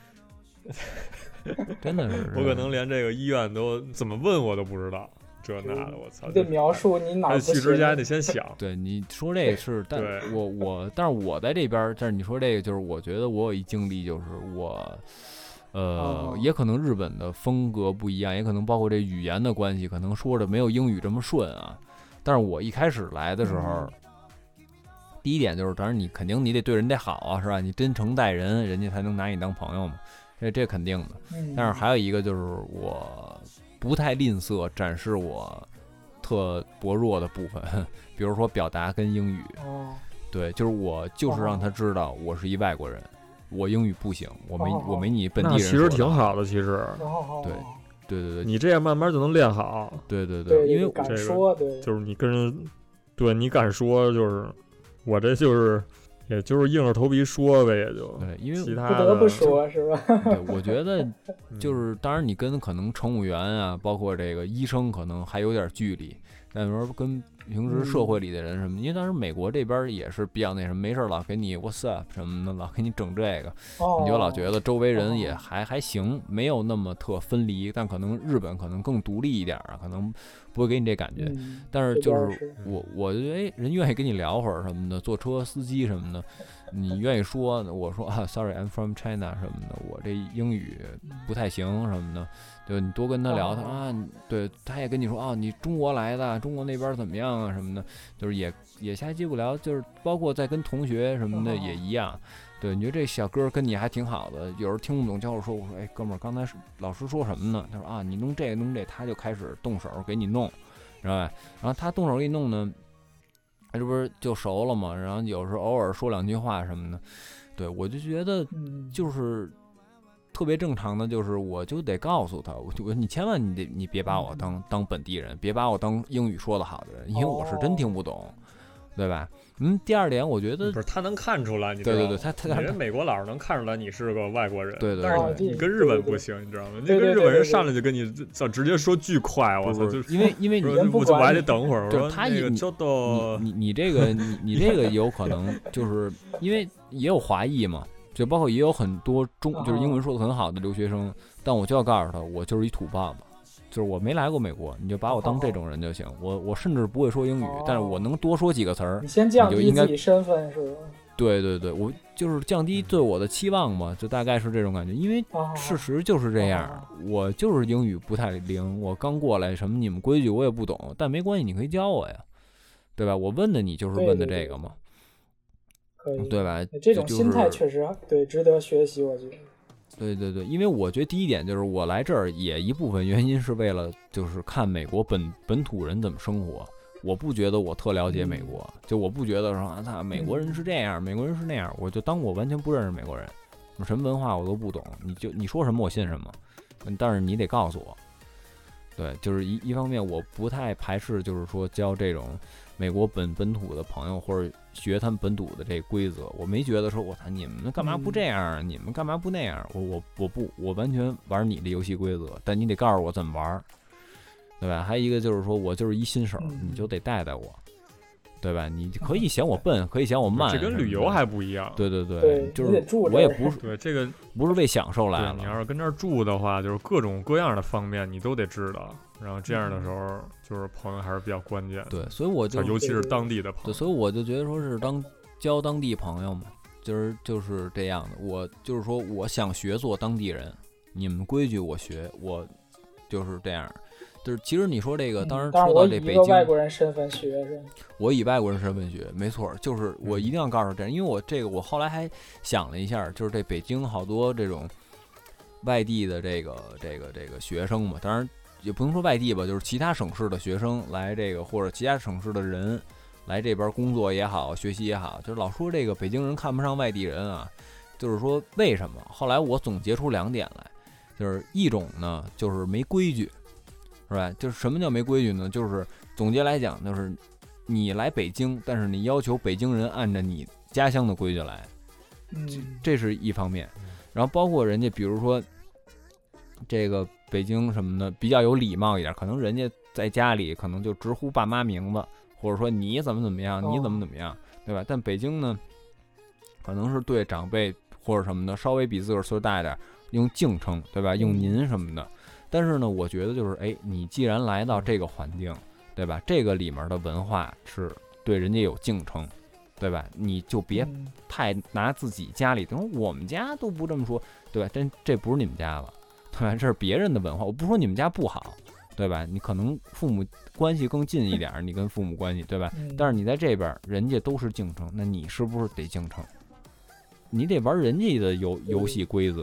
真的是， 我可能连这个医院都怎么问我都不知道，这那的，我操！ 你得描述你哪儿不行， 去之前得先想。 对，你说这个是，但我我，但是我在这边，但是你说这个就是，我觉得我有一经历，就是我，呃， 哦、 也可能日本的风格不一样，也可能包括这语言的关系，可能说的没有英语这么顺啊。但是我一开始来的时候。嗯第一点就是，当然你肯定你得对人得好啊，是吧？你真诚待人，人家才能拿你当朋友嘛。 这这肯定的。但是还有一个就是我不太吝啬展示我特薄弱的部分，比如说表达跟英语。 哦， 对，就是我就是让他知道我是一外国人，我英语不行，我没我没你本地人说的。 那其实挺好的，其实。 对对对对， 你这样慢慢就能练好。 对对对， 因为敢说，对， 就是你跟人，对你敢说，就是我这就是。也就是硬着头皮说呗，也就对，因为其他不得不说是吧？ 对，我觉得就是，当然你跟可能乘务员啊，包括这个医生可能还有点距离，但是跟平时社会里的人什么，嗯、因为当时美国这边也是比较那什么，没事老给你 what's up 什么的，老给你整这个， 哦、 你就老觉得周围人也还、哦、还行，没有那么特分离，但可能日本可能更独立一点啊，可能不会给你这感觉。 嗯、 但是就是我我觉得哎，人愿意跟你聊会儿什么的，坐车司机什么的，你愿意说，我说啊 ，sorry I'm from China 什么的，我这英语不太行什么的。对，你多跟他聊，他啊，对，他也跟你说啊，你中国来的，中国那边怎么样啊什么的，就是也也瞎鸡不聊，就是包括在跟同学什么的也一样。对，你觉得这小哥跟你还挺好的，有时候听不懂教授说，我说哎哥们儿，刚才老师说什么呢？他说啊，你弄这个弄这，他就开始动手给你弄，知道吧？然后他动手给你弄呢，这不是就熟了嘛？然后有时候偶尔说两句话什么的，对我就觉得就是。特别正常的就是，我就得告诉他，我就你千万你得你别把我当当本地人，别把我当英语说得好的人，因为我是真听不懂，哦、对吧？嗯，第二点，我觉得不是他能看出来，你知道吗？对对对，他他人美国佬能看出来你是个外国人， 对 对, 对。但是你跟日本不行，你知道吗？你跟日本人上来就跟你直接说巨快，我操！就是因为因为你我就我还得等会儿， 就是他那个你你你这个你你这个有可能就是因为也有华裔嘛。就包括也有很多中就是英文说的很好的留学生，但我就要告诉他，我就是一土包子，就是我没来过美国，你就把我当这种人就行。我我甚至不会说英语，但是我能多说几个词儿。 你先降低自己身份是吧？ 对对对，我就是降低对我的期望嘛，就大概是这种感觉。因为事实就是这样，我就是英语不太灵，我刚过来，什么你们规矩我也不懂，但没关系，你可以教我呀，对吧？我问的你就是问的这个嘛。 可以， 对吧？ 这种心态确实对值得学习，我觉得。 对对对，因为我觉得第一点就是我来这儿也一部分原因是为了就是看美国本本土人怎么生活。我不觉得我特了解美国，嗯、就我不觉得说啊，他美国人是这样，嗯、美国人是那样，我就当我完全不认识美国人，什么文化我都不懂，你就你说什么我信什么，但是你得告诉我。对，就是一一方面我不太排斥，就是说教这种美国本本土的朋友或者学他们本土的这规则，我没觉得说我操你们干嘛不这样，嗯、你们干嘛不那样，我我我不我完全玩你的游戏规则，但你得告诉我怎么玩，对吧？还有一个就是说我就是一新手， 嗯、 你就得带带我，对吧？你可以嫌我笨，可以嫌我慢， 这跟旅游还不一样。 对对对， 对就是我也不是对这个不是为享受来了。 你要是跟这儿住的话，就是各种各样的方面你都得知道，然后这样的时候就是朋友还是比较关键的。 对，所以我就尤其是当地的朋友， 对，所以我就觉得说是当交当地朋友嘛，就是就是这样的。我就是说我想学做当地人，你们规矩我学，我就是这样。就是其实你说这个，当然说到这北京， 嗯、外国人身份学是， 我以外国人身份学，没错，就是我一定要告诉这样，因为我这个我后来还想了一下，就是这北京好多这种外地的这个这个这个学生嘛，当然也不能说外地吧，就是其他省市的学生来这个，或者其他省市的人来这边工作也好，学习也好，就是老说这个北京人看不上外地人啊，就是说为什么？后来我总结出两点来，就是一种呢就是没规矩。是吧？就是什么叫没规矩呢？就是总结来讲，就是你来北京，但是你要求北京人按照你家乡的规矩来， 嗯， 这是一方面。然后包括人家，比如说这个北京什么的比较有礼貌一点，可能人家在家里可能就直呼爸妈名字，或者说你怎么怎么样，你怎么怎么样，对吧？但北京呢，可能是对长辈或者什么的稍微比自个儿岁数大一点，用敬称，对吧？用您什么的。但是呢，我觉得就是，哎，你既然来到这个环境，对吧？这个里面的文化是对人家有敬称，对吧？你就别太拿自己家里，等于我们家都不这么说，对吧？真这不是你们家了，对吧？这是别人的文化。我不说你们家不好，对吧？你可能父母关系更近一点，你跟父母关系，对吧？但是你在这边，人家都是敬称，那你是不是得敬称？你得玩人家的游游戏规则。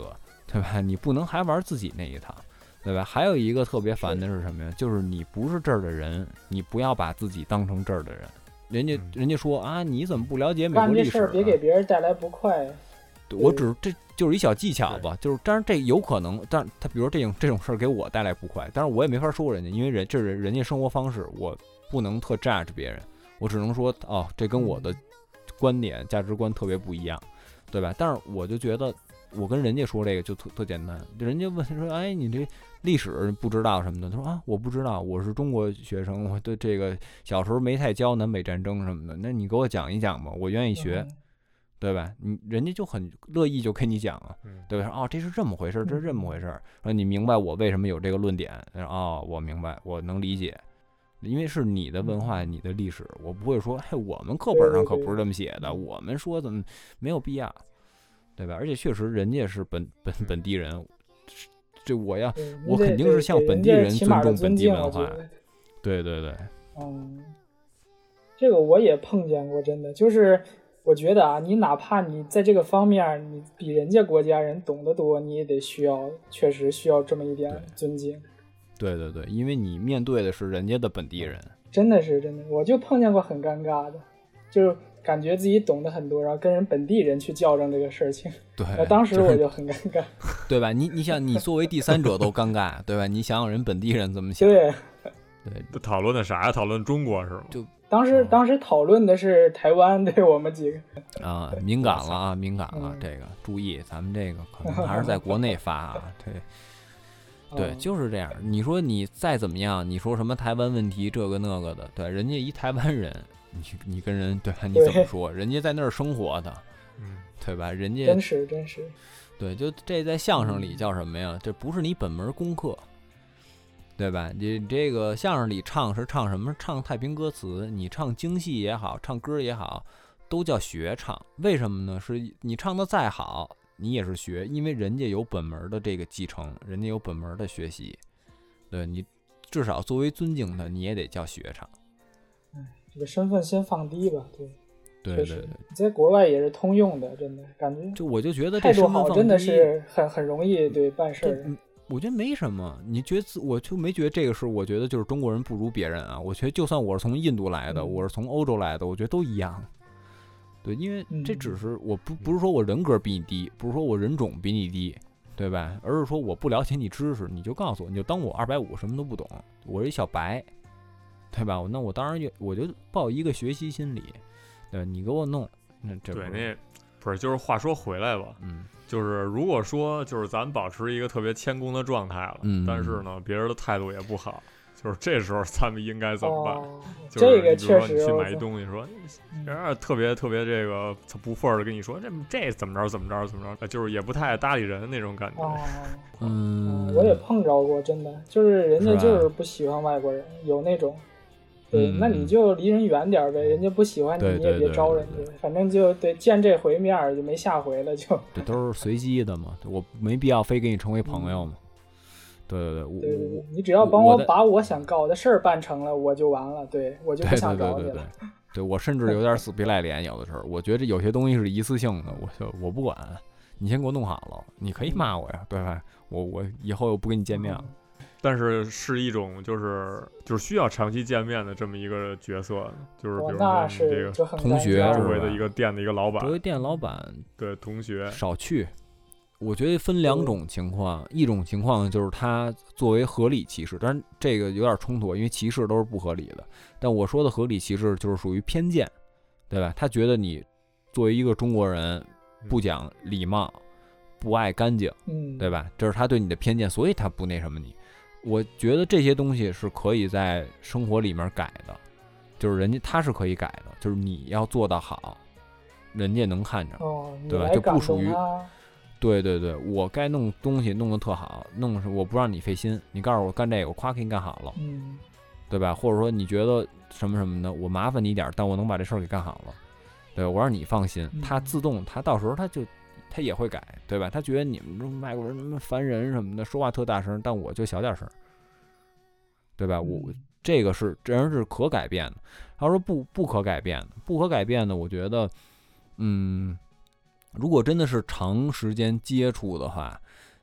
对吧？你不能还玩自己那一套，对吧？还有一个特别烦的是什么呀？就是你不是这儿的人，你不要把自己当成这儿的人。人家人家说啊，你怎么不了解美国历史、啊？ 干这事儿别给别人带来不快。 对，我只这就是一小技巧吧，就是当然这有可能，但他比如这种这种事儿给我带来不快，但是我也没法说人家，因为人这是人家生活方式，我不能特 judge 别人，我只能说哦，这跟我的观点价值观特别不一样，对吧？但是我就觉得我跟人家说这个就特特简单，人家问说，哎，你这历史不知道什么的，他说啊，我不知道，我是中国学生，我对这个小时候没太教南北战争什么的，那你给我讲一讲吧，我愿意学。嗯，对吧？你人家就很乐意就跟你讲啊，对吧？哦，这是这么回事，这是这么回事。说你明白我为什么有这个论点？哦，我明白，我能理解，因为是你的文化，你的历史，我不会说，嘿，我们课本上可不是这么写的，我们说怎么没有必要，对吧？而且确实人家是本本本地人，这我要我肯定是向本地人尊重本地文化。对对对， 嗯，这个我也碰见过，真的就是。我觉得啊，你哪怕你在这个方面你比人家国家人懂得多，你也得需要，确实需要这么一点尊敬。 对对对，因为你面对的是人家的本地人。 真的是真的，我就碰见过很尴尬的，就是感觉自己懂得很多，然后跟人本地人去较正这个事情。 对， 当时我就很尴尬， 对吧？你你想，你作为第三者都尴尬，对吧？你想想人本地人怎么想？ 对， 对， 讨论的啥呀？讨论中国是吗？ 就。 当时当时讨论的是台湾，对我们几个啊，敏感了啊，敏感了，这个注意，咱们这个可能还是在国内发啊，对，对，就是这样。你说你再怎么样，你说什么台湾问题这个那个的，对，人家一台湾人，你你跟人对吧？你怎么说？人家在那儿生活的，嗯，对吧？人家真是真是， 对，就这在相声里叫什么呀？这不是你本门功课。对吧？你这个相声里唱是唱什么？唱太平歌词，你唱京戏也好，唱歌也好，都叫学唱。为什么呢？是你唱的再好，你也是学，因为人家有本门的这个继承，人家有本门的学习。对，你至少作为尊敬他，你也得叫学唱。 哎，这个身份先放低吧，对。 对对对， 在国外也是通用的，真的感觉。 就我就觉得这态度好真的是很很容易对办事儿。 我觉得没什么，你觉得我就没觉得这个是，我觉得就是中国人不如别人啊。我觉得就算我是从印度来的，嗯、我是从欧洲来的，我觉得都一样。对，因为这只是我不不是说我人格比你低，不是说我人种比你低，对吧？而是说我不了解你知识，你就告诉我，你就当我二百五什么都不懂，我是一小白，对吧？那我当然就我就抱一个学习心理，对，你给我弄，那这对那不是就是话说回来吧，嗯。就是如果说就是咱保持一个特别谦恭的状态了，嗯，但是呢别人的态度也不好，就是这时候咱们应该怎么办？ 哦、 就是这个确实， 你去买一东西说，人家特别特别这个不忿的跟你说，这这怎么着怎么着怎么着，就是也不太搭理人那种感觉。 哦、 嗯， 我也碰着过，真的就是人家就是不喜欢外国人，有那种。对，那你就离人远点呗，人家不喜欢你，你也别招人家，反正就对见这回面就没下回了，就这都是随机的嘛，我没必要非跟你成为朋友嘛。嗯、对对对，我对对对，你只要帮我把我想搞的事儿办成了，我就完了，对我就不想找你了。 对对对对，对我甚至有点死皮赖脸，有的时候我觉得有些东西是一次性的，我就我不管，你先给我弄好了，你可以骂我呀，对吧？我我以后又不跟你见面了。 嗯但是是一种就是就是需要长期见面的这么一个角色，就是比如说你这个同学周围的一个店的一个老板， 作为店老板对同学少去。我觉得分两种情况，一种情况就是他作为合理歧视，当然这个有点冲突，因为歧视都是不合理的。但我说的合理歧视就是属于偏见，对吧？他觉得你作为一个中国人不讲礼貌、嗯、不爱干净， 嗯， 对吧？这是他对你的偏见，所以他不那什么你。我觉得这些东西是可以在生活里面改的，就是人家他是可以改的，就是你要做到好，人家能看着， 哦、 对吧？就不属于，对对对，我该弄东西弄得特好，弄我不让你费心，你告诉我干这个，我夸给你干好了， 嗯， 对吧？或者说你觉得什么什么的，我麻烦你一点，但我能把这事儿给干好了，对，我让你放心，他自动，他到时候他就。他也会改，对吧？他觉得你们这外国人什么烦人什么的，说话特大声，但我就小点声，对吧？我这个是这人是可改变的。他说不不可改变的，不可改变的，我觉得，嗯，如果真的是长时间接触的话，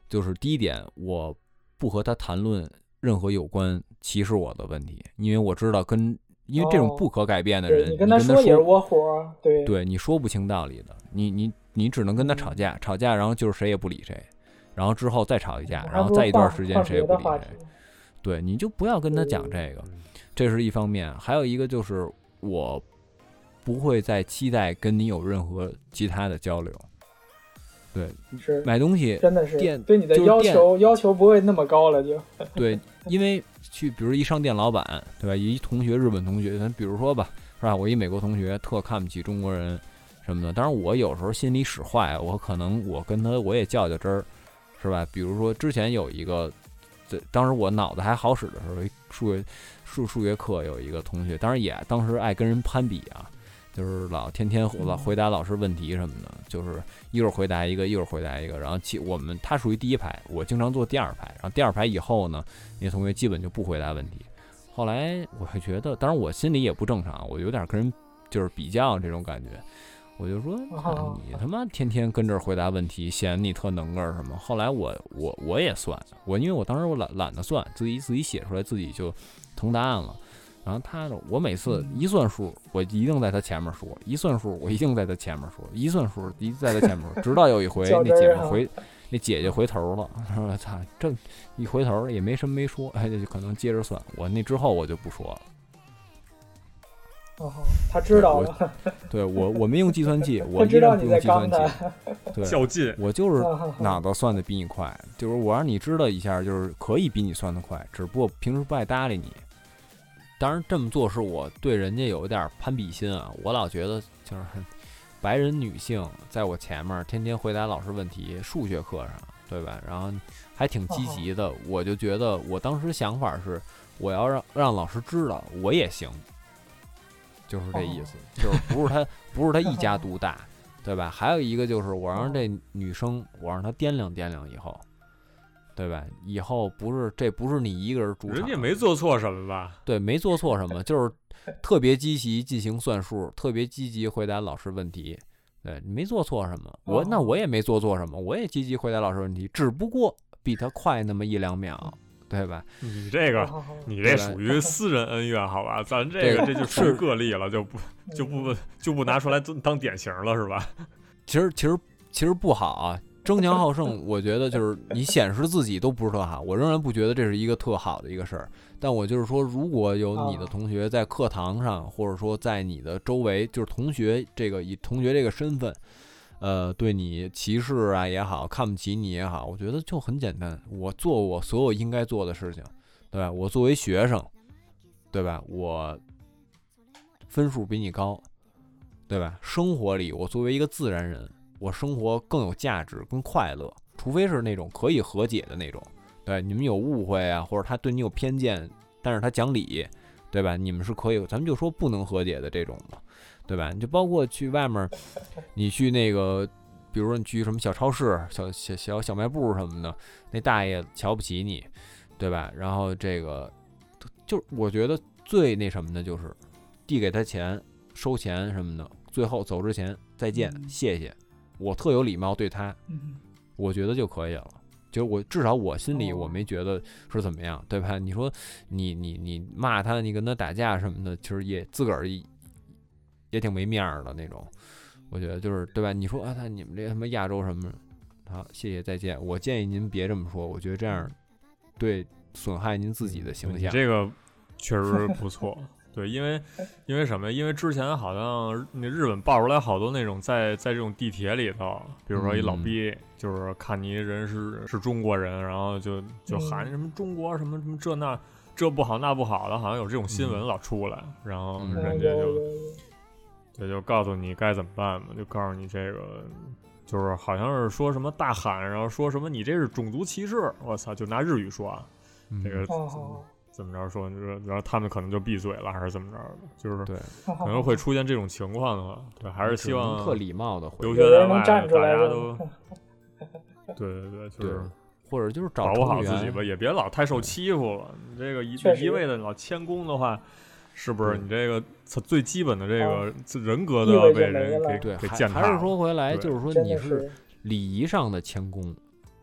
就是第一点，我不和他谈论任何有关歧视我的问题，因为我知道跟因为这种不可改变的人， 哦、你跟他说也是窝火，对对，你说不清道理的，你你你只能跟他吵架，嗯、吵架，然后就是谁也不理谁，然后之后再吵一架，然后再一段时间谁也不理谁，对，你就不要跟他讲这个，这是一方面，还有一个就是我不会再期待跟你有任何其他的交流。对， 是买东西真的是店对你的要求、就是、要求不会那么高了就。 对，因为去比如一商店老板，对吧？一同学日本同学，咱比如说吧，是吧？我一美国同学特看不起中国人什么的，当然我有时候心里使坏，我可能我跟他我也较较真儿，是吧？比如说之前有一个，这当时我脑子还好使的时候，数学数数学课有一个同学，当然也当时爱跟人攀比啊。就是老天天老回答老师问题什么的，就是一会儿回答一个，一会儿回答一个。然后其我们他属于第一排，我经常坐第二排。然后第二排以后呢，那些同学基本就不回答问题。后来我会觉得，当然我心里也不正常，我有点跟人就是比较这种感觉。我就说、啊、你他妈天天跟这儿回答问题，显你特能个儿什么。后来我我我也算，我因为我当时我懒懒得算，自己自己写出来，自己就成答案了。然后他我每次一算数，我一定在他前面说；一算数，我一定在他前面说；一算数，一在他前面说。直到有一回，那姐妹回，那姐姐回头了，说：“操，这一回头也没什么没说，哎，就可能接着算。”我那之后我就不说了。 哦，他知道了。 对我，我没用计算器，我依然不用计算器。对， 较劲， 我就是脑子算的比你快，就是我让你知道一下，就是可以比你算的快，只不过平时不爱搭理你。当然这么做是我对人家有一点攀比心啊，我老觉得就是白人女性在我前面天天回答老师问题，数学课上对吧，然后还挺积极的，我就觉得我当时想法是我要让让老师知道我也行，就是这意思，就是不是他不是他一家独大，对吧？还有一个就是我让这女生我让她掂量掂量以后，对吧？以后不是这不是你一个人主场， 人家没做错什么吧？ 对，没做错什么，就是特别积极进行算数，特别积极回答老师问题。对，没做错什么，我那我也没做错什么，我也积极回答老师问题，只不过比他快那么一两秒，对吧？ 你这个，你这属于私人恩怨，好吧？咱这个这就属于个例了，就不就不就不拿出来当典型了，是吧？ 其实其实其实不好啊。争强好胜，我觉得就是你显示自己都不是特好，我仍然不觉得这是一个特好的一个事儿。但我就是说，如果有你的同学在课堂上，或者说在你的周围，就是同学这个以同学这个身份，呃，对你歧视啊也好，看不起你也好，我觉得就很简单，我做我所有应该做的事情，对吧？我作为学生，对吧？我分数比你高，对吧？生活里我作为一个自然人。我生活更有价值更快乐，除非是那种可以和解的那种，对，你们有误会啊，或者他对你有偏见，但是他讲理，对吧？你们是可以，咱们就说不能和解的这种嘛，对吧？你就包括去外面，你去那个，比如说你去什么小超市、小小小小卖部什么的，那大爷瞧不起你，对吧？然后这个，就我觉得最那什么的就是递给他钱、收钱什么的，最后走之前再见，谢谢。我特有礼貌对他，我觉得就可以了。就是我至少我心里我没觉得是怎么样，对吧？你说你你你骂他，你跟他打架什么的，其实也自个儿也挺没面儿的那种。我觉得就是对吧？你说啊，他你们这他妈亚洲什么，好，谢谢再见。我建议您别这么说，我觉得这样对损害您自己的形象。 你这个确实不错。对，因为因为什么？因为之前好像那日本爆出来好多那种在在这种地铁里头，比如说一老逼，嗯、就是看你人是是中国人，然后就就喊什么中国什么什么这那这不好那不好的，好像有这种新闻老出来，嗯、然后人家就对、嗯、就告诉你该怎么办嘛，就告诉你这个就是好像是说什么大喊，然后说什么你这是种族歧视，我操，就拿日语说啊，嗯、这个。 哦怎么着说，然后他们可能就闭嘴了，还是怎么着的？就是对， 可能会出现这种情况的话，对，还是希望特礼貌的留学在外，大家都，对对对，就是或者就是保护好自己吧，也别老太受欺负了。你这个一一味的老谦恭的话，是不是你这个最基本的这个人格都要被人给给践踏？ 还是说回来，就是说你是礼仪上的谦恭。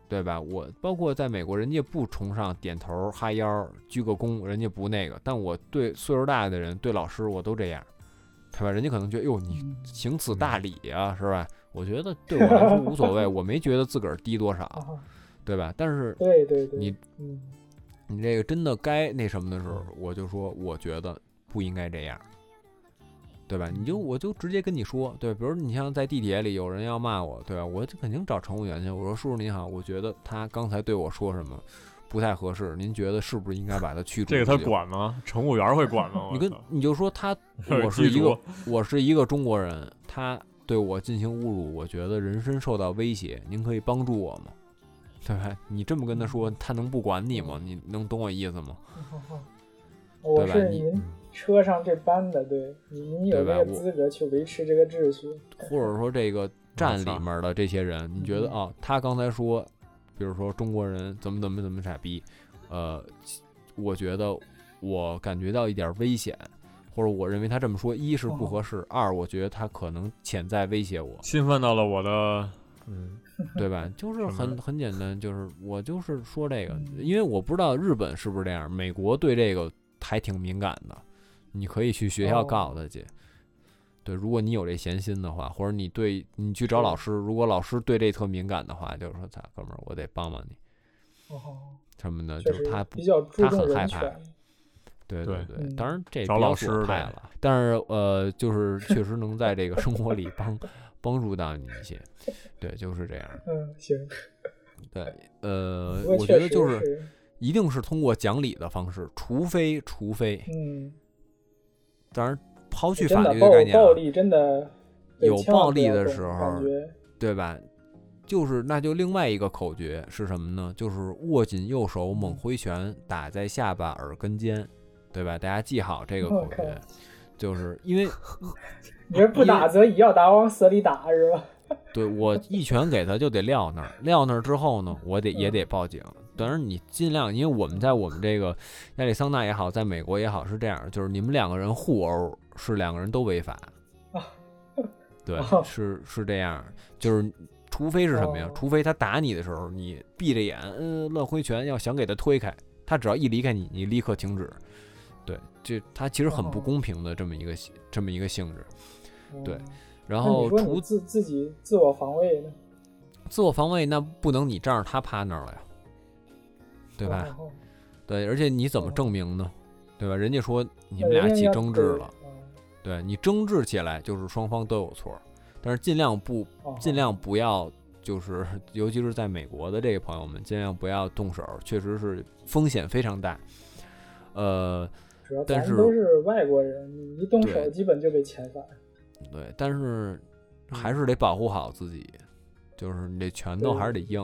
对吧？我包括在美国，人家不崇尚点头哈腰鞠个躬，人家不那个，但我对岁数大的人对老师我都这样，对吧？人家可能觉得哟你行此大礼啊，是吧？我觉得对我来说无所谓，我没觉得自个儿低多少，对吧？但是对对对， 你你这个真的该那什么的时候，我就说我觉得不应该这样。对吧？你就我就直接跟你说，对，比如你像在地铁里有人要骂我，对吧？我就肯定找乘务员去。我说叔叔您好，我觉得他刚才对我说什么不太合适，您觉得是不是应该把他驱逐？ 这个他管吗？乘务员会管吗？ 你跟你就说他，我是一个我是一个中国人，他对我进行侮辱，我觉得人身受到威胁，您可以帮助我吗？对吧？你这么跟他说，他能不管你吗？你能懂我意思吗？ 我是您车上这班的，对，您有这个资格去维持这个秩序， 或者说这个站里面的这些人，你觉得啊、哦，他刚才说，比如说中国人怎么怎么怎么傻逼，呃，我觉得我感觉到一点危险，或者我认为他这么说，一是不合适，哦、二我觉得他可能潜在威胁我， 侵犯到了我的，嗯， 对吧？就是很很简单，就是我就是说这个，因为我不知道日本是不是这样，美国对这个还挺敏感的。你可以去学校告他去，哦、对，如果你有这闲心的话，或者你对你去找老师，如果老师对这特敏感的话，就是说，咱哥们儿，我得帮帮你， 哦， 什么的，就是他比较他很害怕，对对对， 嗯、 当然这找老师派了，但是呃，就是确实能在这个生活里帮帮助到你一些，对，就是这样。 嗯，行， 对，呃，我觉得就是一定是通过讲理的方式，除非除非， 嗯。 当然，抛去法律的概念、啊， 暴力真的有暴力的时候，对吧？就是那就另外一个口诀是什么呢？就是握紧右手，猛挥拳，打在下巴耳根尖，对吧？大家记好这个口诀， okay. 就是因为你是不打则已，要打往死里打是吧？ 对，我一拳给他就得撂那儿，撂那儿之后呢，我得也得报警。当然你尽量，因为我们在我们这个亚利桑那也好，在美国也好是这样，就是你们两个人互殴是两个人都违法。对，是是这样，就是除非是什么呀？除非他打你的时候，你闭着眼，嗯，乱挥拳，要想给他推开，他只要一离开你，你立刻停止。对，这他其实很不公平的这么一个这么一个性质。对。然后除自自己自我防卫呢？ 自我防卫那不能你仗着他趴那儿了呀，对吧？ 哦、 对，而且你怎么证明呢？对吧？人家说你们俩起争执了，对你争执起来就是双方都有错，但是尽量不尽量不要，就是尤其是在美国的这个朋友们，尽量不要动手，确实是风险非常大。呃， 主要咱们都是外国人，你一动手基本就被遣返。 对，但是还是得保护好自己，就是你这拳头还是得硬。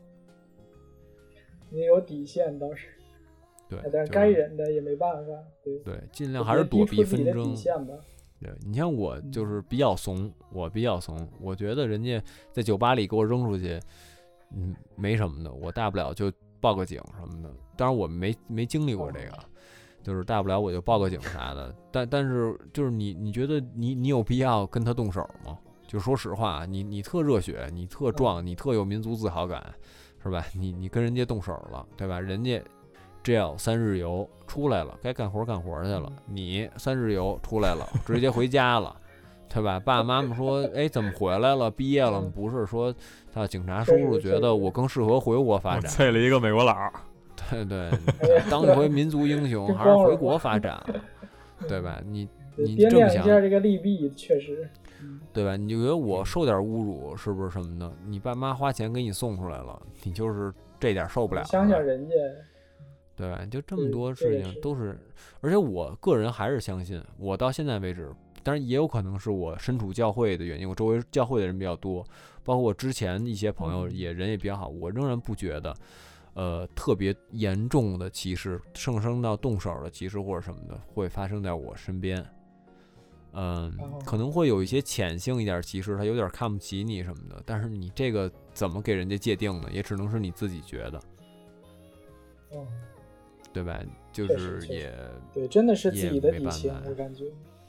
你有底线倒是， 对， 但是该忍的也没办法。对对，尽量还是躲避纷争。 底线吧。 对，你像我就是比较怂，我比较怂，我觉得人家在酒吧里给我扔出去，嗯，没什么的，我大不了就报个警什么的。当然我没没经历过这个。就是大不了我就报个警啥的，但但是就是你你觉得你你有必要跟他动手吗？就说实话，你你特热血，你特壮，你特有民族自豪感，是吧？你你跟人家动手了，对吧？人家这要三日游出来了，该干活干活去了，你三日游出来了，直接回家了，对吧？爸爸妈妈说，哎，怎么回来了？毕业了吗？不是说他警察叔叔觉得我更适合回国发展， 配了一个美国佬。 对对，当一回民族英雄还是回国发展，对吧？你你这么想， 掂量一下这个利弊，确实， 对吧？你就觉得我受点侮辱是不是什么的？你爸妈花钱给你送出来了，你就是这点受不了。 想想人家， 对吧？就这么多事情都是，而且我个人还是相信，我到现在为止，当然也有可能是我身处教会的原因，我周围教会的人比较多，包括我之前一些朋友也人也比较好，我仍然不觉得。呃，特别严重的歧视，上升到动手的歧视或者什么的，会发生在我身边。嗯、呃，可能会有一些浅性一点歧视，他有点看不起你什么的，但是你这个怎么给人家界定呢？也只能是你自己觉得， 嗯， 对吧？就是也对，真的是自己的底线，我感觉。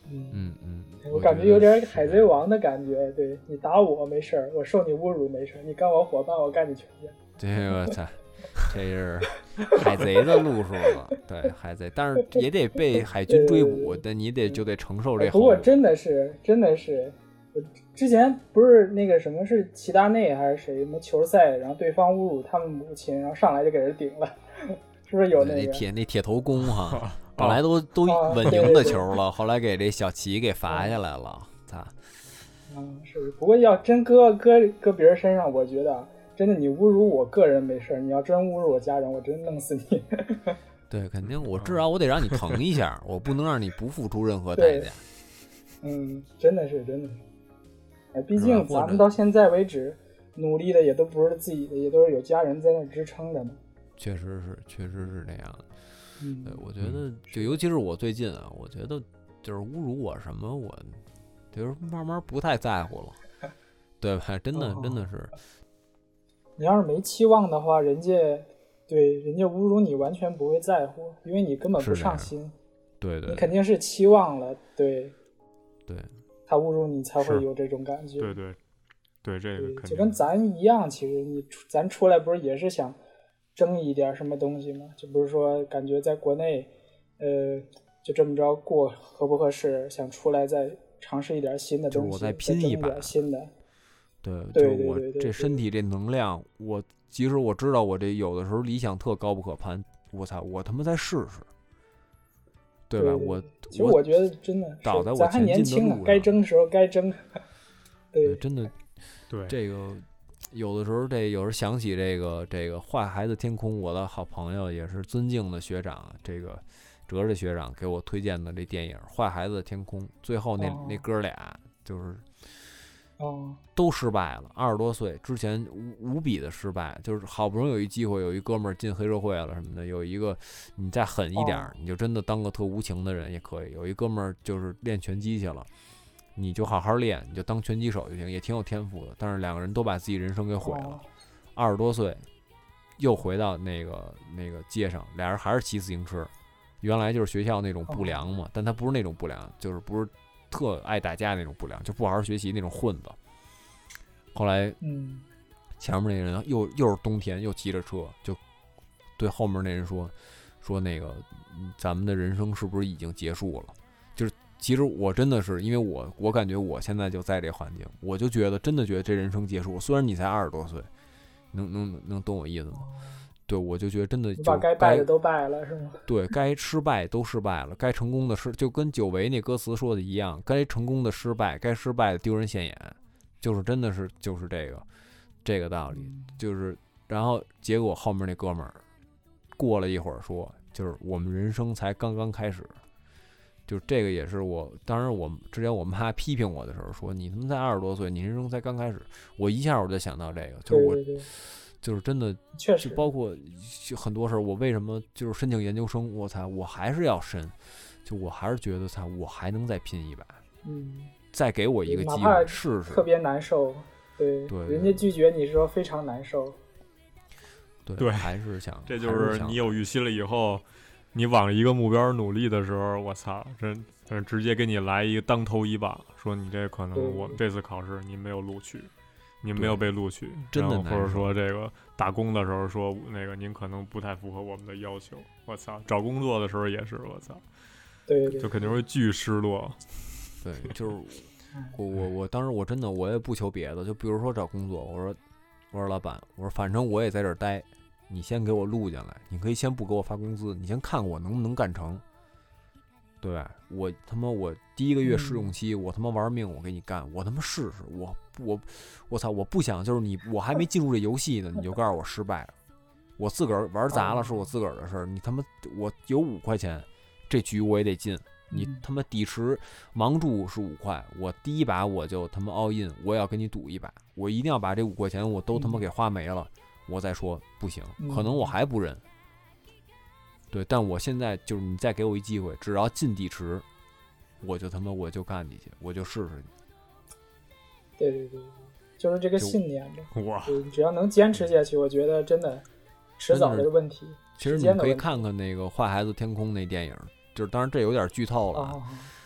嗯嗯嗯， 我感觉有点海贼王的感觉，对你打我没事儿，我受你侮辱没事儿，你干我伙伴，我干你全家。 这个操，这是海贼的路数了。对，海贼，但是也得被海军追捕，但你得就得承受这后果。 不过真的是，真的是，我之前不是那个什么是齐达内还是谁什么球赛，然后对方侮辱他们母亲，然后上来就给人顶了，是不是有那个？ 那铁那铁头功哈。本来都都稳赢的球了，后来给这小齐给罚下来了，操！ 嗯，是。不过要真搁搁搁别人身上，我觉得真的，你侮辱我个人没事，你要真侮辱我家人，我真弄死你。 对，肯定，我至少我得让你疼一下，我不能让你不付出任何代价。 嗯，真的是，真的是。哎，毕竟咱们到现在为止努力的也都不是自己的，也都是有家人在那支撑着呢。 确实是，确实是这样的。 嗯， 对，我觉得就尤其是我最近啊，我觉得就是侮辱我什么，我就是慢慢不太在乎了，对吧？真的，真的是。 你要是没期望的话，人家对人家侮辱你完全不会在乎，因为你根本不上心。 对 对, 对， 你肯定是期望了，对对， 他侮辱你才会有这种感觉。 对对对，这个就跟咱一样，其实你咱出来不是也是想争一点什么东西吗？就不是说感觉在国内，呃，就这么着过合不合适？想出来再尝试一点新的东西， 就是我再拼一把新的。 对， 对就是我这身体这能量，我即使我知道我这有的时候理想特高不可攀，我操，我他妈再试试，对吧？ 对对我其实我觉得真的， 倒在我咱还年轻呢， 该争的时候该争。对， 真的， 对这个。有的时候，这有时候想起这个这个坏孩子天空，我的好朋友也是尊敬的学长，这个哲哲学长给我推荐的这电影《坏孩子的天空》，最后那、哦、那哥俩就是哦都失败了，二十多岁之前无无比的失败，就是好不容易有一机会，有一哥们儿进黑社会了什么的，有一个你再狠一点， 哦、 你就真的当个特无情的人也可以，有一哥们儿就是练拳击去了。你就好好练，你就当拳击手就行，也挺有天赋的。但是两个人都把自己人生给毁了。二十多岁，又回到那个那个街上，俩人还是骑自行车。原来就是学校那种不良嘛，但他不是那种不良，就是不是特爱打架那种不良，就不好好学习那种混子。后来， 嗯， 前面那人又又是冬天，又骑着车，就对后面那人说说那个咱们的人生是不是已经结束了？就是。其实我真的是，因为我我感觉我现在就在这环境，我就觉得真的觉得这人生结束。虽然你才二十多岁，能能能懂我意思吗？对，我就觉得真的就把该败的都败了，是吗？ 对，该失败都失败了，该成功的失就跟久违那歌词说的一样，该成功的失败，该失败的丢人现眼，就是真的是就是这个这个道理，就是然后结果后面那哥们儿过了一会儿说，就是我们人生才刚刚开始。就这个也是我，当然我之前我妈批评我的时候说，你他妈才二十多岁，你人生才刚开始。我一下我就想到这个，就是我， 对对对就是真的， 确实， 就包括很多事儿，我为什么就是申请研究生，我操，我还是要申，就我还是觉得，操，我还能再拼一把， 嗯， 再给我一个机会试试， 特别难受，对， 对， 人家拒绝你说非常难受， 对， 对， 还是想， 这就是你有预期了以后。你往一个目标努力的时候，我操，真真直接给你来一个当头一棒，说你这可能我们这次考试你没有录取，你没有被录取， 真的， 或者说这个打工的时候说那个您可能不太符合我们的要求，我操，找工作的时候也是，我操， 对，对， 就肯定会巨失落。 对，就是我我我当时我真的我也不求别的，就比如说找工作，我说我说老板，我说反正我也在这儿待。你先给我录进来，你可以先不给我发工资，你先看我能不能干成，对吧？我他妈我第一个月试用期，我他妈玩命，我给你干，我他妈试试，我我我操，我不想就是你，我还没进入这游戏呢，你就告诉我失败了，我自个儿玩砸了是我自个儿的事儿，你他妈我有五块钱，这局我也得进，你他妈抵池盲注是五块，我第一把我就他妈 all in，我也要跟你赌一把，我一定要把这五块钱我都他妈给花没了。我再说不行，可能我还不认，对，但我现在就是你再给我一机会，只要进地池，我就他妈我就干进去，我就试试你。 对对对，就是这个信念吧。 哇， 只要能坚持下去，我觉得真的迟早的问题。 其实你可以看看那个《坏孩子天空》那电影，就是当然这有点剧透了。 哦、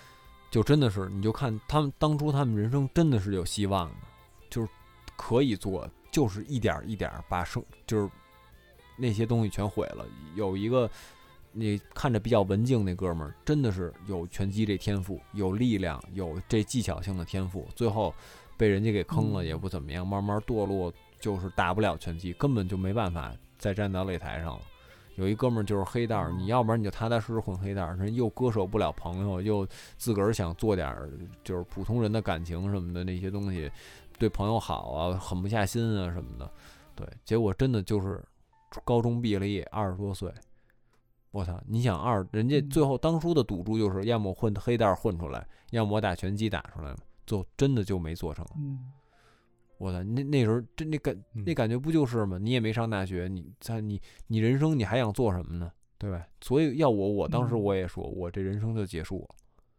就真的是，你就看他们当初他们人生真的是有希望的，就是可以做，就是一点一点把生就是那些东西全毁了。有一个你看着比较文静那哥们儿，真的是有拳击这天赋，有力量，有这技巧性的天赋，最后被人家给坑了，也不怎么样，慢慢堕落，就是打不了拳击，根本就没办法再站到擂台上了。有一哥们儿就是黑道，你要不然你就踏踏实实混黑道，人又割舍不了朋友，又自个儿想做点就是普通人的感情什么的那些东西，对朋友好啊，狠不下心啊什么的，对，结果真的就是高中毕了业，二十多岁，我操！你想二，人家最后当初的赌注就是要么混黑道混出来，要么我打拳击打出来嘛，最后真的就没做成。 嗯， 我操，那那时候这那感那感觉不就是吗？你也没上大学，你在你你人生你还想做什么呢？对吧？所以要我，我当时我也说，我这人生就结束了，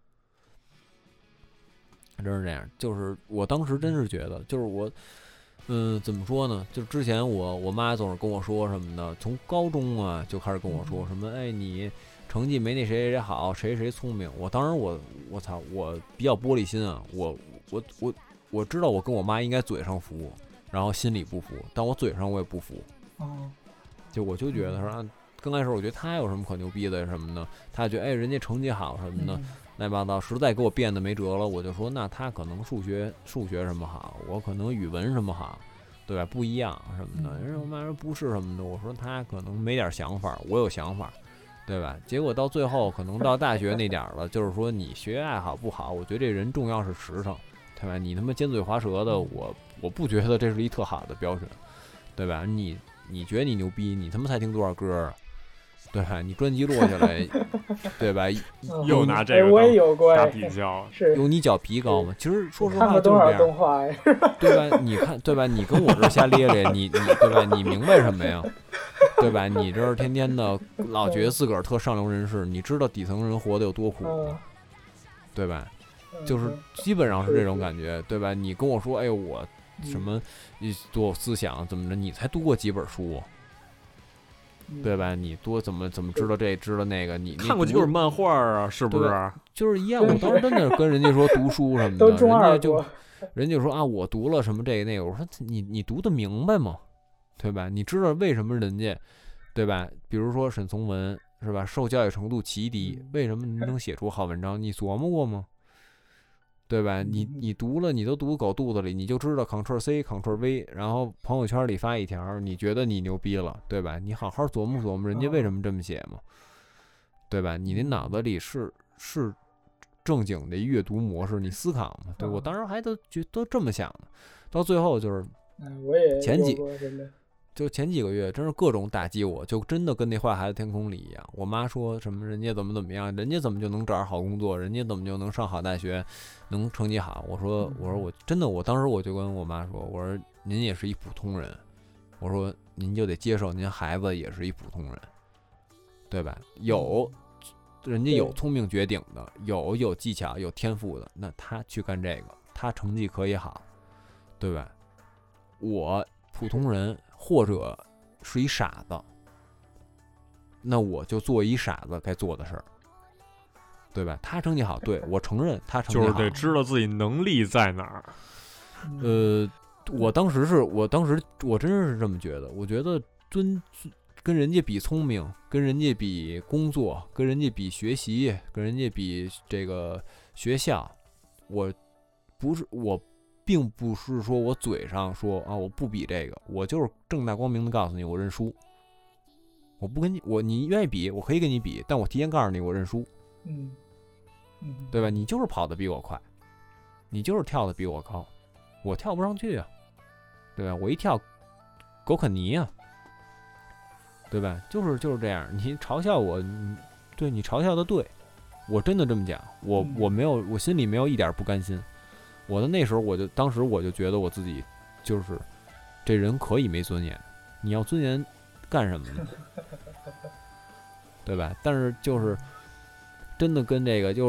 真是这样。就是我当时真是觉得，就是我，嗯，怎么说呢？就之前我我妈总是跟我说什么的，从高中啊就开始跟我说什么，哎，你成绩没那谁谁好，谁谁聪明。我当时我我操，我比较玻璃心啊，我我我。我知道我跟我妈应该嘴上服，然后心里不服，但我嘴上我也不服。 哦， 就我就觉得说，刚开始我觉得他有什么可牛逼的什么的，他觉得哎人家成绩好什么的，乱七八糟，实在给我变得没辙了，我就说那他可能数学数学什么好，我可能语文什么好，对吧？不一样什么的。人家我妈说不是什么的，我说他可能没点想法，我有想法，对吧？结果到最后可能到大学那点了，就是说你学业爱好不好，我觉得这人重要是实诚。对吧？你他妈尖嘴滑舌的，我我不觉得这是一特好的标准，对吧？你你觉得你牛逼，你他妈才听多少歌啊？对吧？你专辑落下来，对吧？ 又拿这个打比较， 有你脚皮高吗？其实说实话看过多少动画呀？ 对吧？你看，对吧？你跟我这瞎咧咧，你你对吧？你明白什么呀？对吧？你这天天的老觉得自个儿特上流人士，你知道底层人活得有多苦吗？对吧？就是基本上是这种感觉，对吧？你跟我说，哎，我什么你多思想怎么着？你才读过几本书，对吧？你多怎么怎么知道这知道那个？你看过几本漫画啊？是不是？ 就是一样。我当时真的跟人家说读书什么的，人家就人家就说啊，我读了什么这个那个。我说你你读得明白吗？对吧？你知道为什么人家，对吧？比如说沈从文是吧？受教育程度奇低，为什么您能写出好文章？你琢磨过吗？对吧？你你读了，你都读狗肚子里，你就知道 Ctrl C Ctrl V， 然后朋友圈里发一条，你觉得你牛逼了，对吧？你好好琢磨琢磨，人家为什么这么写嘛，对吧？你那脑子里是是正经的阅读模式，你思考嘛？对，我当时还都觉都这么想的，到最后就是， 我也前几就前几个月，真是各种打击我，就真的跟那坏孩子天空里一样。我妈说什么人家怎么怎么样，人家怎么就能找着好工作，人家怎么就能上好大学，能成绩好。我说我说我真的，我当时我就跟我妈说，我说您也是一普通人，我说您就得接受您孩子也是一普通人，对吧？有人家有聪明绝顶的，有有技巧有天赋的，那他去干这个，他成绩可以好，对吧？我普通人。或者是一傻子，那我就做一傻子该做的事儿，对吧？他成绩好，对我承认他成绩好， 就是得知道自己能力在哪儿。 呃，我当时是我当时我真是这么觉得，我觉得尊跟人家比聪明，跟人家比工作，跟人家比学习，跟人家比这个学校，我不是我。并不是说我嘴上说啊，我不比这个，我就是正大光明的告诉你，我认输。我不跟你，我你愿意比，我可以跟你比，但我提前告诉你，我认输。 嗯，嗯， 对吧？你就是跑得比我快，你就是跳得比我高，我跳不上去啊，对吧？我一跳，狗啃泥啊，对吧？就是就是这样。你嘲笑我，对你嘲笑的对，我真的这么讲，我我没有，我心里没有一点不甘心。我的那时候，我就当时我就觉得我自己就是这人可以没尊严，你要尊严干什么呢？对吧？但是就是真的跟这个就是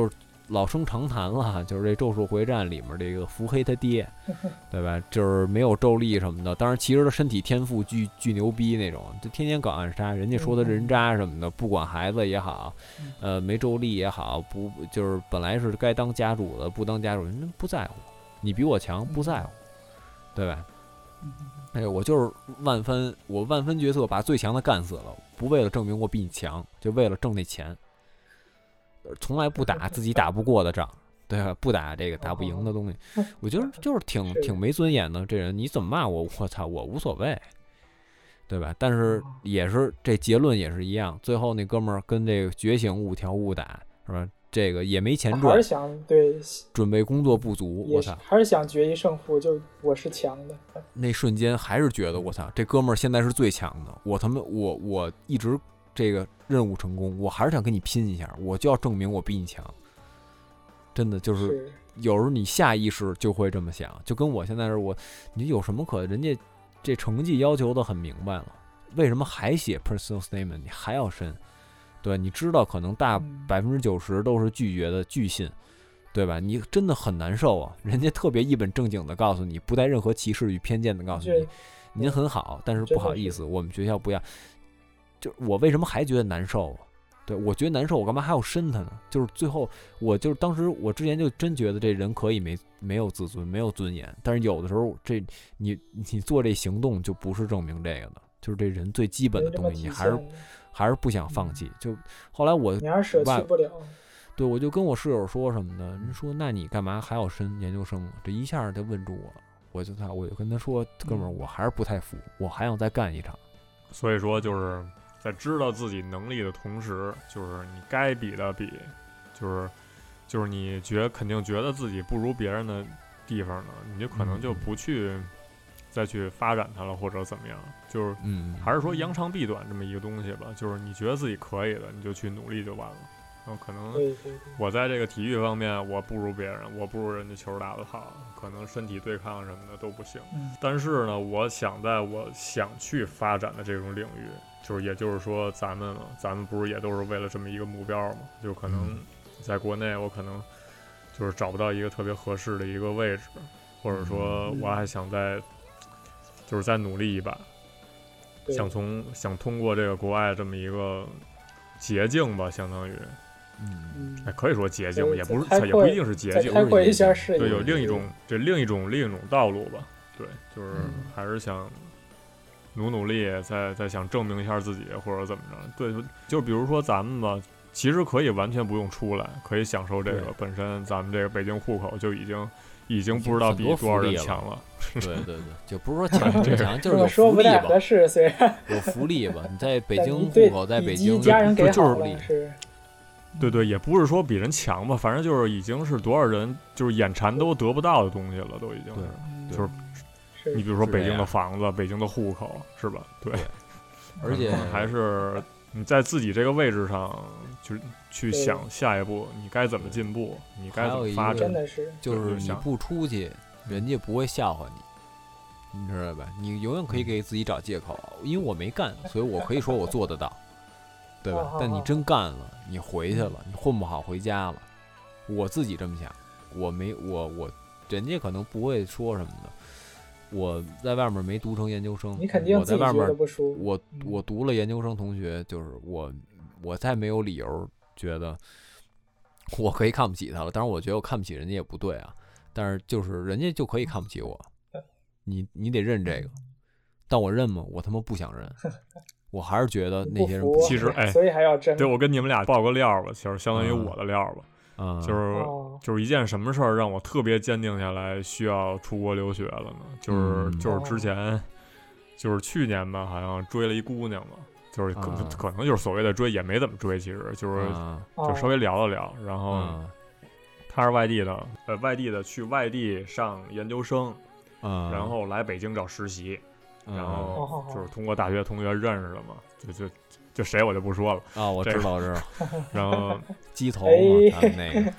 老生常谈了，就是这《咒术回战》里面这个伏黑他爹，对吧？就是没有咒力什么的，当然其实他身体天赋巨巨牛逼那种，就天天搞暗杀，人家说他人渣什么的，不管孩子也好，呃，没咒力也好，不就是本来是该当家主的，不当家主，人不在乎，你比我强不在乎，对吧？哎，我就是万分，我万分决策把最强的干死了，不为了证明我比你强，就为了挣那钱。从来不打自己打不过的仗，对吧？不打这个打不赢的东西，我觉得就是挺挺没尊严的。这人你怎么骂我，我操，我无所谓，对吧？但是也是这结论也是一样，最后那哥们儿跟这个觉醒五条悟打，是吧？这个也没钱赚， 还是想对准备工作不足，我操， 还是想决一胜负，就我是强的。 那瞬间还是觉得我操，这哥们儿现在是最强的，我他妈我我一直。这个任务成功，我还是想跟你拼一下，我就要证明我比你强。真的就是有时候你下意识就会这么想，就跟我现在是我，你有什么可人家这成绩要求的很明白了，为什么还写 personal statement？ 你还要申，对，你知道可能大百分之九十都是拒绝的拒信，对吧？你真的很难受啊！人家特别一本正经的告诉你，不带任何歧视与偏见的告诉你，您很好，但是不好意思，我们学校不要。就我为什么还觉得难受？对，我觉得难受，我干嘛还要申他呢？就是最后，我就是当时我之前就真觉得这人可以没没有自尊，没有尊严。但是有的时候，这你你做这行动就不是证明这个的，就是这人最基本的东西，你还是还是不想放弃。就后来我你还是舍弃不了。 对，我就跟我室友说什么的，人说那你干嘛还要申研究生啊？这一下就问住我，我就他我就跟他说，哥们儿，我还是不太服，我还想再干一场。 所以说就是。在知道自己能力的同时，就是你该比的比，就是就是你觉肯定觉得自己不如别人的地方呢，你就可能就不去再去发展它了，或者怎么样，就是嗯， 还是说扬长避短这么一个东西吧，就是你觉得自己可以的，你就去努力就完了。然后可能我在这个体育方面我不如别人，我不如人家球打得好，可能身体对抗什么的都不行，但是呢，我想在我想去发展的这种领域，就是也就是说咱们嘛，咱们不是也都是为了这么一个目标嘛？就可能在国内我可能就是找不到一个特别合适的一个位置，或者说我还想再就是再努力一把，想从想通过这个国外这么一个捷径吧，相当于。 嗯， 哎，可以说捷径，也不是，也不一定是捷径， 开阔一下视野， 对，有另一种，这另一种另一种道路吧。对，就是还是想努努力，再再想证明一下自己，或者怎么着。对，就比如说咱们吧，其实可以完全不用出来，可以享受这个本身，咱们这个北京户口就已经已经不知道比多少人强了。 对对对，就不是说强不强，就是有福利吧。 合适，虽然有福利吧，你在北京户口，在北京家人给好了，是。 对对，也不是说比人强吧，反正就是已经是多少人就是眼馋都得不到的东西了，都已经是，就是你比如说北京的房子、北京的户口，是吧？对， 而且还是你在自己这个位置上，就是去想下一步你该怎么进步，你该怎么发展， 真的是， 就是你不出去，人家不会笑话你，你知道吧？你永远可以给自己找借口，因为我没干，所以我可以说我做得到。对吧？但你真干了，你回去了，你混不好回家了。我自己这么想，我没我我，人家可能不会说什么的。我在外面没读成研究生， 你肯定我在外面不舒服。 我我读了研究生，同学就是我，我再没有理由觉得我可以看不起他了。当然，我觉得我看不起人家也不对啊。但是就是人家就可以看不起我，你你得认这个。但我认吗？我他妈不想认。我还是觉得那些人其实哎， 所以还要真对我跟你们俩报个料吧，其实相当于我的料吧， 嗯， 就是、 哦、 就是一件什么事儿让我特别坚定下来需要出国留学了呢？就是、 嗯、 就是之前、哦、就是去年吧，好像追了一姑娘嘛，就是可、 嗯、 可能就是所谓的追也没怎么追，其实就是、 嗯、 就稍微聊了聊，然后、 嗯、 她是外地的，呃，外地的去外地上研究生， 嗯， 然后来北京找实习。然后就是通过大学同学认识的嘛，就就就谁我就不说了啊，我知道知道。 然后鸡头嘛，他们那个，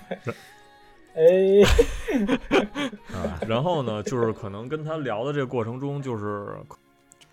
哎， 然后呢，就是可能跟他聊的这个过程中，就是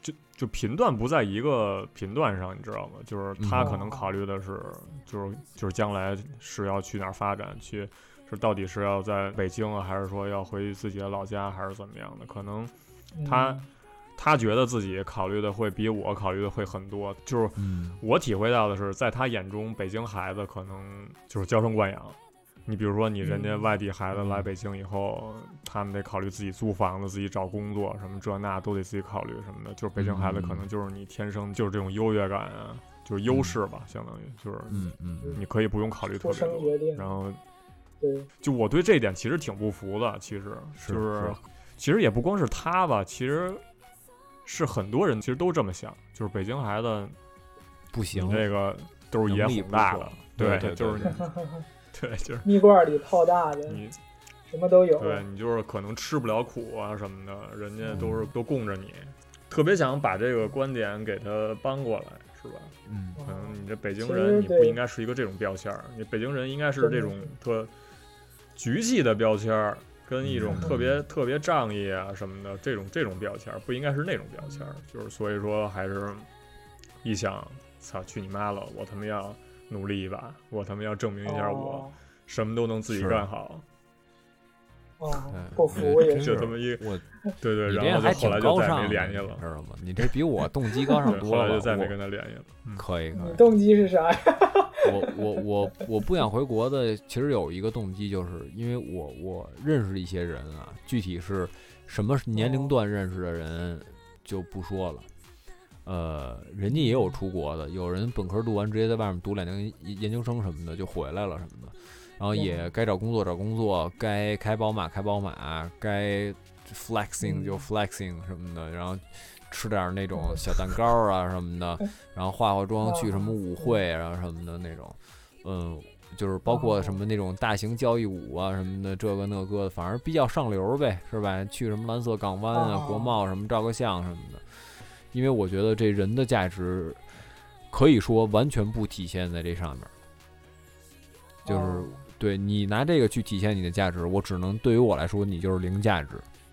就就频段不在一个频段上，你知道吗？就是他可能考虑的是，嗯、就是就是将来是要去哪儿发展，去是到底是要在北京啊，还是说要回自己的老家，还是怎么样的？可能他。嗯他觉得自己考虑的会比我考虑的会很多，就是我体会到的是，在他眼中，北京孩子可能就是娇生惯养。你比如说，你人家外地孩子来北京以后，他们得考虑自己租房子、自己找工作什么这那都得自己考虑什么的。就是北京孩子可能就是你天生就是这种优越感啊，就是优势吧，相当于就是嗯嗯， 你可以不用考虑特别多。然后， 对， 就我对这一点其实挺不服的，其实就是其实也不光是他吧，其实。是很多人其实都这么想，就是北京孩子不行， 这个都是爷哄大的， 对对，就是对，就是蜜罐里泡大的， 你什么都有。 对你就是可能吃不了苦啊什么的，人家都是、嗯、都供着你，特别想把这个观点给他搬过来，是吧？ 嗯， 可能你这北京人你不应该是一个这种标签，你北京人应该是这种特局气的标签。跟一种特别、嗯、特别仗义啊什么的这种这种标签，不应该是那种标签，就是所以说还是一想，操去你妈了，我他妈要努力一把，我他妈要证明一下我什么都能自己干好。 哦，不服也就这么一我， 对对， 然后就后来就再没联系了， 知道吗？你这比我动机高尚多了， 后来就再没跟他联系了。 嗯、可以可以。 你动机是啥呀？ 我我我我不想回国的，其实有一个动机，就是因为我我认识一些人啊，具体是什么年龄段认识的人就不说了。呃，人家也有出国的，有人本科读完直接在外面读两年研究生什么的就回来了什么的，然后也该找工作找工作，该开宝马开宝马，该 flexing 就 flexing 什么的，然后吃点那种小蛋糕啊什么的，然后化化妆去什么舞会啊什么的那种，嗯，就是包括什么那种大型交谊舞啊什么的，这个那个的，反正比较上流呗，是吧？去什么蓝色港湾啊、国贸什么照个相什么的。因为我觉得这人的价值可以说完全不体现在这上面，就是对你拿这个去体现你的价值，我只能对于我来说你就是零价值，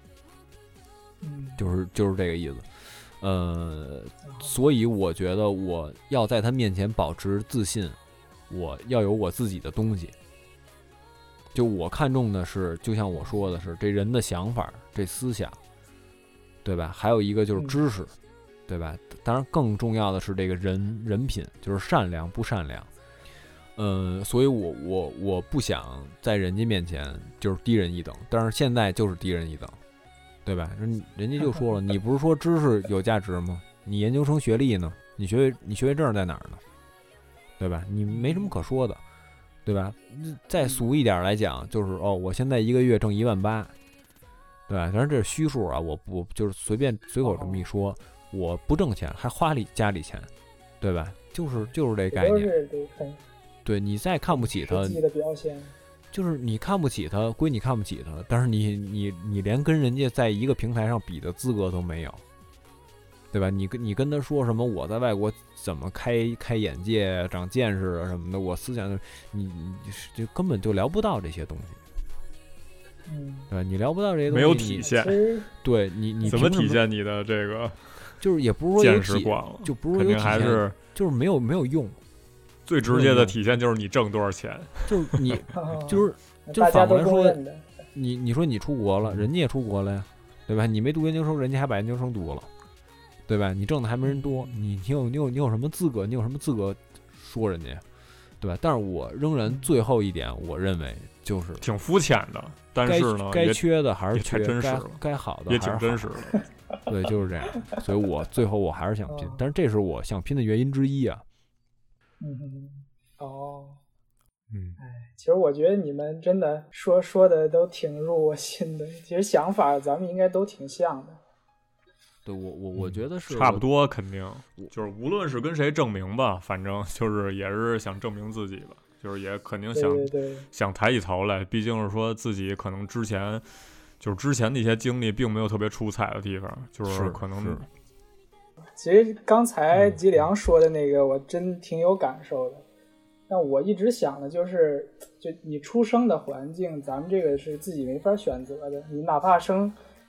就是就是这个意思。呃，所以我觉得我要在他面前保持自信，我要有我自己的东西。就我看重的是，就像我说的是，这人的想法，这思想，对吧？还有一个就是知识。嗯，对吧？当然，更重要的是这个人人品，就是善良不善良。嗯，所以我我我不想在人家面前就是低人一等，但是现在就是低人一等，对吧？人人家就说了，你不是说知识有价值吗？你研究生学历呢？你学位你学位证在哪儿呢？对吧？你没什么可说的，对吧？再俗一点来讲，就是哦，我现在一个月挣一万八，对吧？当然这是虚数啊，我不就是随便随口这么一说。我不挣钱还花里家里钱，对吧？就是就是这概念。对，你再看不起他， 实际的表现就是你看不起他，归你看不起他，但是你你你连跟人家在一个平台上比的资格都没有，对吧？你跟你跟他说什么我在外国怎么开开眼界、长见识啊什么的，我思想你你就根本就聊不到这些东西。 嗯， 对吧？你聊不到这些东西， 没有体现。 对你你怎么体现你的这个？ 就是也不是说有见识广了， 就不是说有体现， 还是就是没有没有用。 最直接的体现就是你挣多少钱， 就是你就是就是反过来说，你你说你出国了，人家也出国了呀，对吧？你没读研究生，人家还把研究生读了，对吧？你挣的还没人多，你你有你有你有什么资格？你有什么资格说人家，对吧？但是我仍然最后一点，我认为就是挺肤浅的，但是呢， 该缺的还是缺， 真实该该好的也挺真实的。 对，就是这样，所以我最后我还是想拼，但是这是我想拼的原因之一啊。 嗯，哦， 嗯， 哎，其实我觉得你们真的说说的都挺入我心的，其实想法咱们应该都挺像的。 对，我我我觉得是差不多，肯定就是无论是跟谁证明吧，反正就是也是想证明自己吧，就是也肯定想对对对想抬起头来，毕竟是说自己可能之前。就是之前的一些经历并没有特别出彩的地方，就是可能。 其实刚才吉良说的那个，我真挺有感受的。但我一直想的就是，就你出生的环境，咱们这个是自己没法选择的。你哪怕生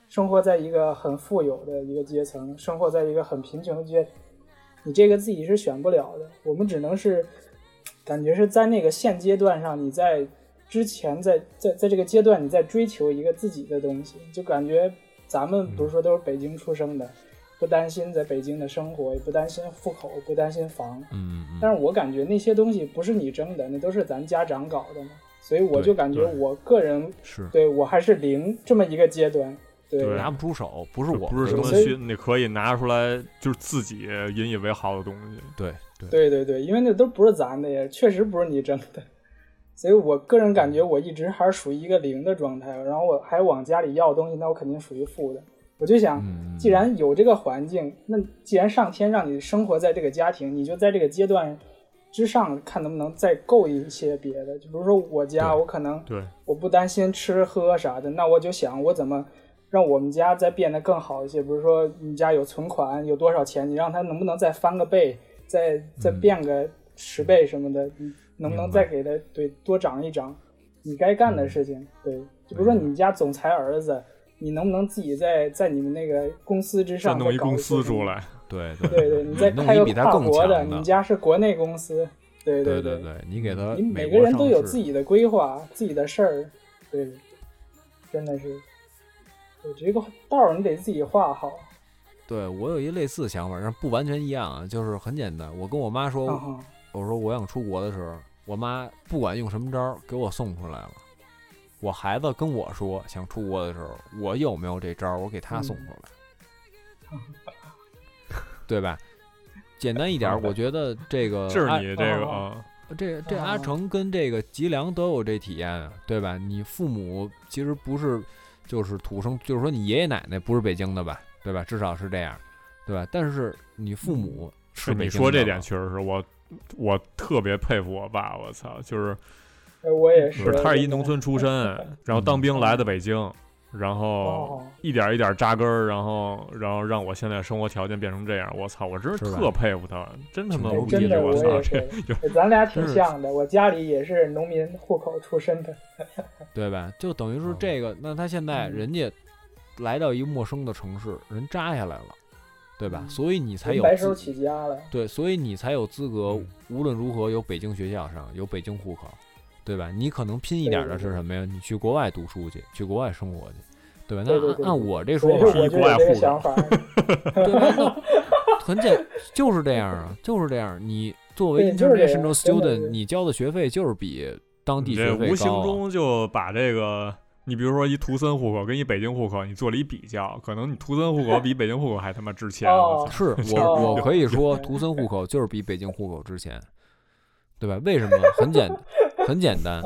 生活在一个很富有的一个阶层，生活在一个很贫穷的阶层，你这个自己是选不了的。我们只能是感觉是在那个现阶段上，你在之前在在在这个阶段你在追求一个自己的东西，就感觉咱们比如说都是北京出生的，不担心在北京的生活，也不担心户口，不担心房。 嗯， 但是我感觉那些东西不是你争的，那都是咱家长搞的嘛。所以我就感觉我个人是对我还是零这么一个阶段。对， 拿不出手，不是我， 不是什么虚，你可以拿出来就是自己引以为豪的东西。 对对对对对，因为那都不是咱的呀，确实不是你争的。所以我个人感觉我一直还是属于一个零的状态，然后我还往家里要东西，那我肯定属于负的。我就想，既然有这个环境，那既然上天让你生活在这个家庭，你就在这个阶段之上看能不能再够一些别的。就比如说我家，我可能我不担心吃喝啥的，那我就想我怎么让我们家再变得更好一些。比如说你家有存款有多少钱，你让它能不能再翻个倍，再再变个十倍什么的，你能不能再给它对多涨一涨你该干的事情。对，就比如说你家总裁儿子，你能不能自己在在你们那个公司之上再弄一公司出来？ 对对对对，你再开个跨国的，你家是国内公司。对对对对，你给他， 你每个人都有自己的规划，自己的事儿。对，真的是，对这个道儿你得自己画好。 对，我有一类似的想法，但不完全一样啊，就是很简单。我跟我妈说， 嗯、 我说我想出国的时候，我妈不管用什么招给我送出来了。我孩子跟我说想出国的时候，我有没有这招，我给他送出来，嗯、对吧？简单一点，我觉得这个是你这个啊， 这这阿成跟这个吉良都有这体验，对吧？你父母其实不是就是土生，就是说你爷爷奶奶不是北京的吧，对吧？至少是这样，对吧？但是你父母是北京的。 你说这点确实是我，我特别佩服我爸，我操，就是。 我也是， 他是一农村出身，然后当兵来的北京，然后一点一点扎根儿，然后然后让我现在生活条件变成这样，我操，我真是特佩服他，真他妈牛逼！ 我操， 这咱俩挺像的，我家里也是农民户口出身的， 对吧？就等于是这个，那他现在人家来到一个陌生的城市，人扎下来了，对吧？所以你才有白手起家了， 对，所以你才有资格，无论如何有北京学校上有北京户口。对吧？你可能拼一点的是什么呀？你去国外读书去，去国外生活去，对吧？那对对对按我这说法， 是国外户口， 对吧？很简，就是这样啊，就是这样。你作为 international student， 你交的学费就是比当地学费高、啊。 无形中就把这个，你比如说一图森户口跟一北京户口，你做了一比较，可能你图森户口比北京户口还他妈值钱。 哦、 是我我可以说，图森户口就是比北京户口值钱，对吧？为什么？很简。很简单，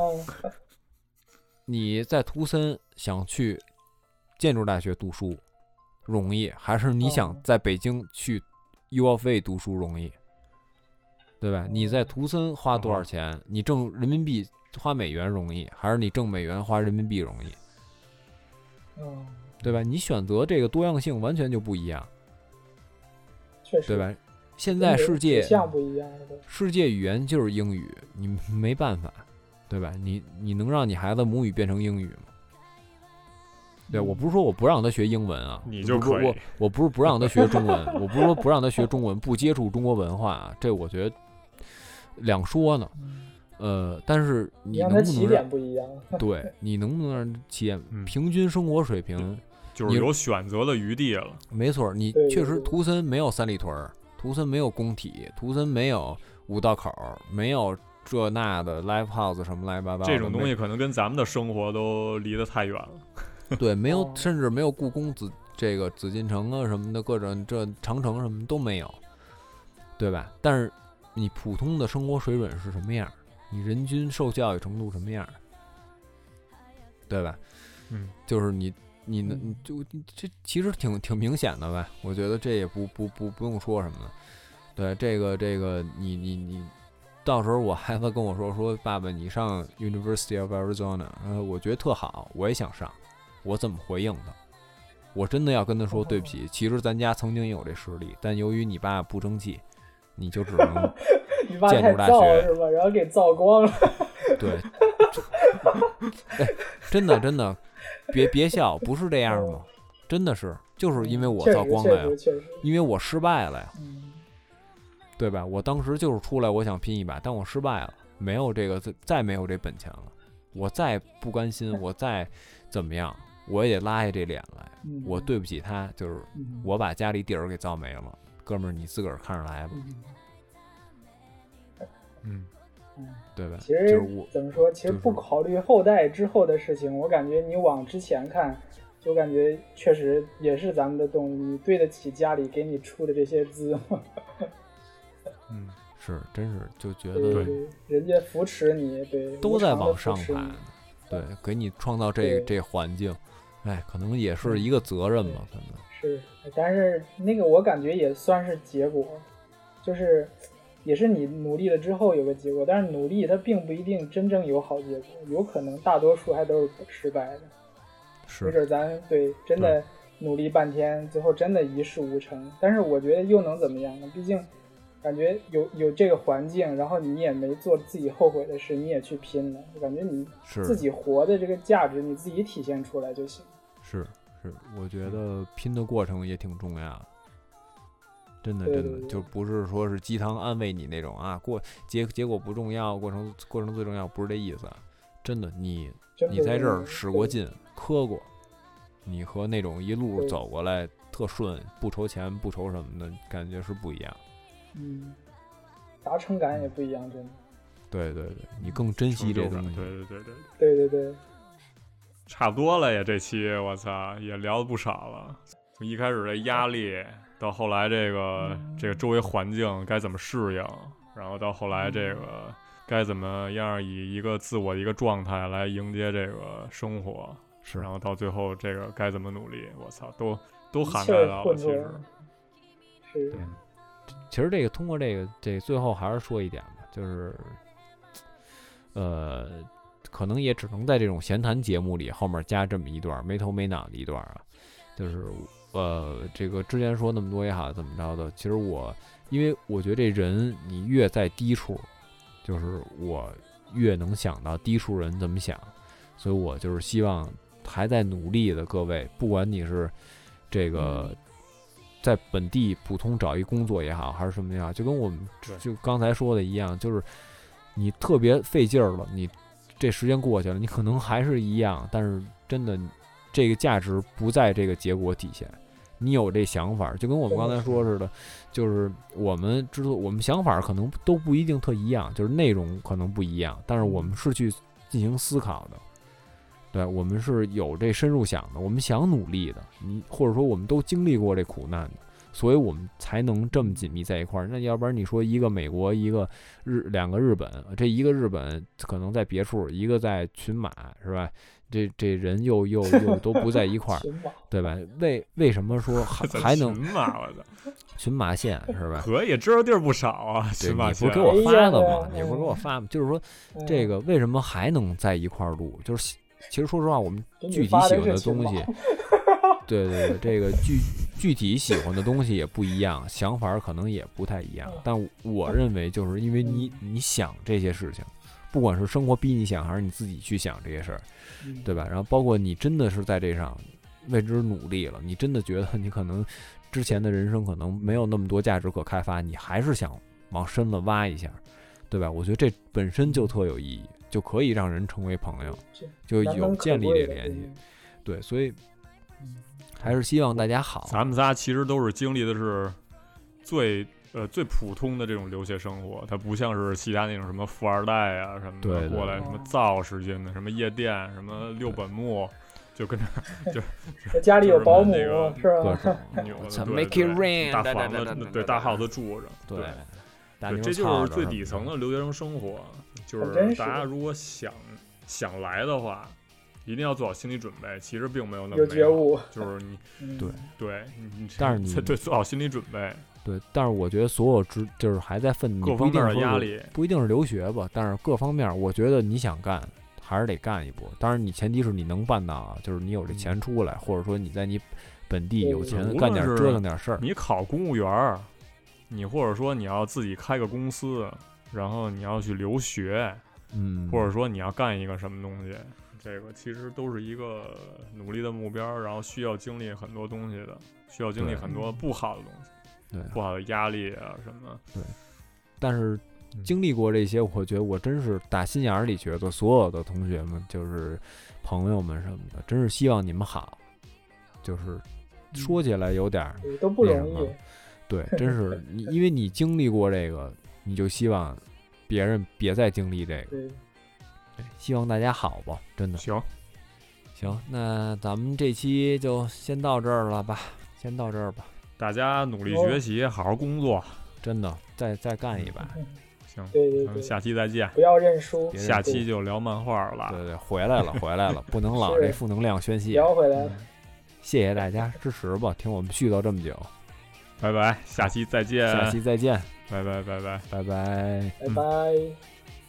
你在图森想去建筑大学读书容易，还是你想在北京去 U of A 读书容易？对吧？你在图森花多少钱？你挣人民币花美元容易，还是你挣美元花人民币容易？对吧？你选择这个多样性完全就不一样， 确实， 对吧？现在世界不一样， 世界语言就是英语，你没办法。对吧？你你能让你孩子母语变成英语吗？对，我不是说我不让他学英文啊， 你就可以。 我我不是不让他学中文，我不是说不让他学中文，不接触中国文化，这我觉得两说呢。呃，但是你能不能起点不一样？ 对，你能不能让起点平均生活水平， 就是有选择的余地了。 没错，你确实图森没有三里屯，图森没有工体，图森没有五道口，没有。这那的 live house 什么乱七八糟， 这种东西可能跟咱们的生活都离得太远了。 对，没有，甚至没有故宫紫这个紫禁城啊什么的，各种这长城什么都没有，对吧？但是你普通的生活水准是什么样？你人均受教育程度什么样？对吧？ 嗯， 就是你你能你就这其实挺挺明显的呗。我觉得这也不不不不用说什么了。对，这个这个你你你。到时候我孩子跟我说说爸爸你上 University of Arizona， 呃，我觉得特好，我也想上，我怎么回应他？我真的要跟他说对不起，其实咱家曾经也有这实力，但由于你爸不争气，你就只能建筑大学是吧？然后给造光了。 对，哎，真的真的，别别笑，不是这样吗？ 真的是就是因为我造光了呀，因为我失败了呀， 嗯， 对吧？我当时就是出来我想拼一把，但我失败了，没有这个再没有这本钱了，我再不甘心，我再怎么样，我也得拉下这脸来， 嗯、 我对不起他，就是我把家里底儿给造没了，哥们儿你自个儿看着来吧。 嗯， 嗯， 对吧？ 其实、 就是、 怎么说？其实不考虑后代之后的事情，我感觉你往之前看，就感觉确实也是咱们的动力。你对得起家里给你出的这些资吗？ 嗯，是，真是就觉得对对人家扶持你，对， 都在往上爬，对，给你创造这这环境，哎，可能也是一个责任吧，可能是。但是那个我感觉也算是结果，就是。也是你努力了之后有个结果，但是努力它并不一定真正有好结果，有可能大多数还都是失败的。 是， 没准咱对真的努力半天，最后真的一事无成。但是我觉得又能怎么样呢？毕竟感觉有有这个环境，然后你也没做自己后悔的事，你也去拼了，我感觉你自己活的这个价值你自己体现出来就行。 是是，我觉得拼的过程也挺重要的。真的，真的就不是说是鸡汤安慰你那种啊，过结结果不重要，过程过程最重要，不是这意思。真的，你你在这儿使过劲，磕过，你和那种一路走过来特顺，不愁钱不愁什么的感觉是不一样。 嗯，达成感也不一样，真的。 对对对，你更珍惜这东西。 对对对对对对对， 差不多了呀，这期我操也聊了不少了，从一开始的压力。到后来这个这个周围环境该怎么适应，然后到后来这个该怎么样以一个自我的一个状态来迎接这个生活， 是， 然后到最后这个该怎么努力，我操，都都涵盖到了。其实， 是， 其实这个通过这个这个、最后还是说一点吧，就是，呃，可能也只能在这种闲谈节目里后面加这么一段没头没脑的一段啊，就是。呃，这个之前说那么多也好，怎么着的？其实我，因为我觉得这人你越在低处，就是我越能想到低处人怎么想，所以我就是希望还在努力的各位，不管你是这个在本地普通找一工作也好，还是什么也好，就跟我们就刚才说的一样，就是你特别费劲儿了，你这时间过去了，你可能还是一样，但是真的。这个价值不在这个结果体现，你有这想法，就跟我们刚才说似的，就是我们知道我们想法可能都不一定特一样，就是内容可能不一样，但是我们是去进行思考的，对，我们是有这深入想的，我们想努力的，你或者说我们都经历过这苦难的，所以我们才能这么紧密在一块儿。那要不然你说一个美国，一个日，两个日本，这一个日本可能在别处，一个在群马，是吧？这这人又又又都不在一块儿，对吧？为为什么说还还能群马？我操， 群马县是吧？ 可以知道地儿不少啊。群马县， 你不给我发了吗？你不给我发吗？就是说，这个为什么还能在一块儿录？就是其实说实话，我们具体喜欢的东西，对对对，这个具具体喜欢的东西也不一样，想法可能也不太一样。但我认为，就是因为你你想这些事情。不管是生活逼你想，还是你自己去想这些事儿，对吧？然后包括你真的是在这上为之努力了，你真的觉得你可能之前的人生可能没有那么多价值可开发，你还是想往深了挖一下，对吧？我觉得这本身就特有意义，就可以让人成为朋友，就有建立这联系。对，所以还是希望大家好。 咱们仨其实都是经历的是最。呃，最普通的这种留学生活，它不像是其他那种什么富二代啊什么的， 对对过来什么造时间的，什么夜店，什么六本木，就跟着就家里有保姆、 那个、 是吧？ 对 ，Make it rain， 大房子，对大 house 住着， 对， 对，这就是最底层的留学生生活。就是大家如果想想来的话，一定要做好心理准备。其实并没有那么有觉悟， 就是你对对， 但是你对做好心理准备。 对，但是我觉得所有之就是还在奋各方面的压力， 不一定是留学吧，但是各方面，我觉得你想干还是得干一波。当然，你前提是你能办到啊，就是你有这钱出来，嗯、或者说你在你本地有钱干点折腾点事儿。 你考公务员，你或者说你要自己开个公司，然后你要去留学， 嗯， 或者说你要干一个什么东西， 这个其实都是一个努力的目标，然后需要经历很多东西的，需要经历很多不好的东西， 对， 不好的压力啊什么。 对，但是经历过这些，我觉得我真是打心眼里觉得，所有的同学们，就是朋友们什么的，真是希望你们好。就是说起来有点都不容易， 对，真是你，因为你经历过这个，你就希望别人别再经历这个。 对， 希望大家好吧，真的。 行， 行，那咱们这期就先到这儿了吧，先到这儿吧。 大家努力学习，好好工作， 真的，再再干一把。 行， 对对对， 下期再见。 不要认输， 下期就聊漫画了。 对对，回来了，回来了，不能老这负能量宣泄。 聊回来了。 谢谢大家支持吧，听我们絮叨这么久， 拜拜，下期再见， 下期再见， 拜拜拜拜拜拜拜拜。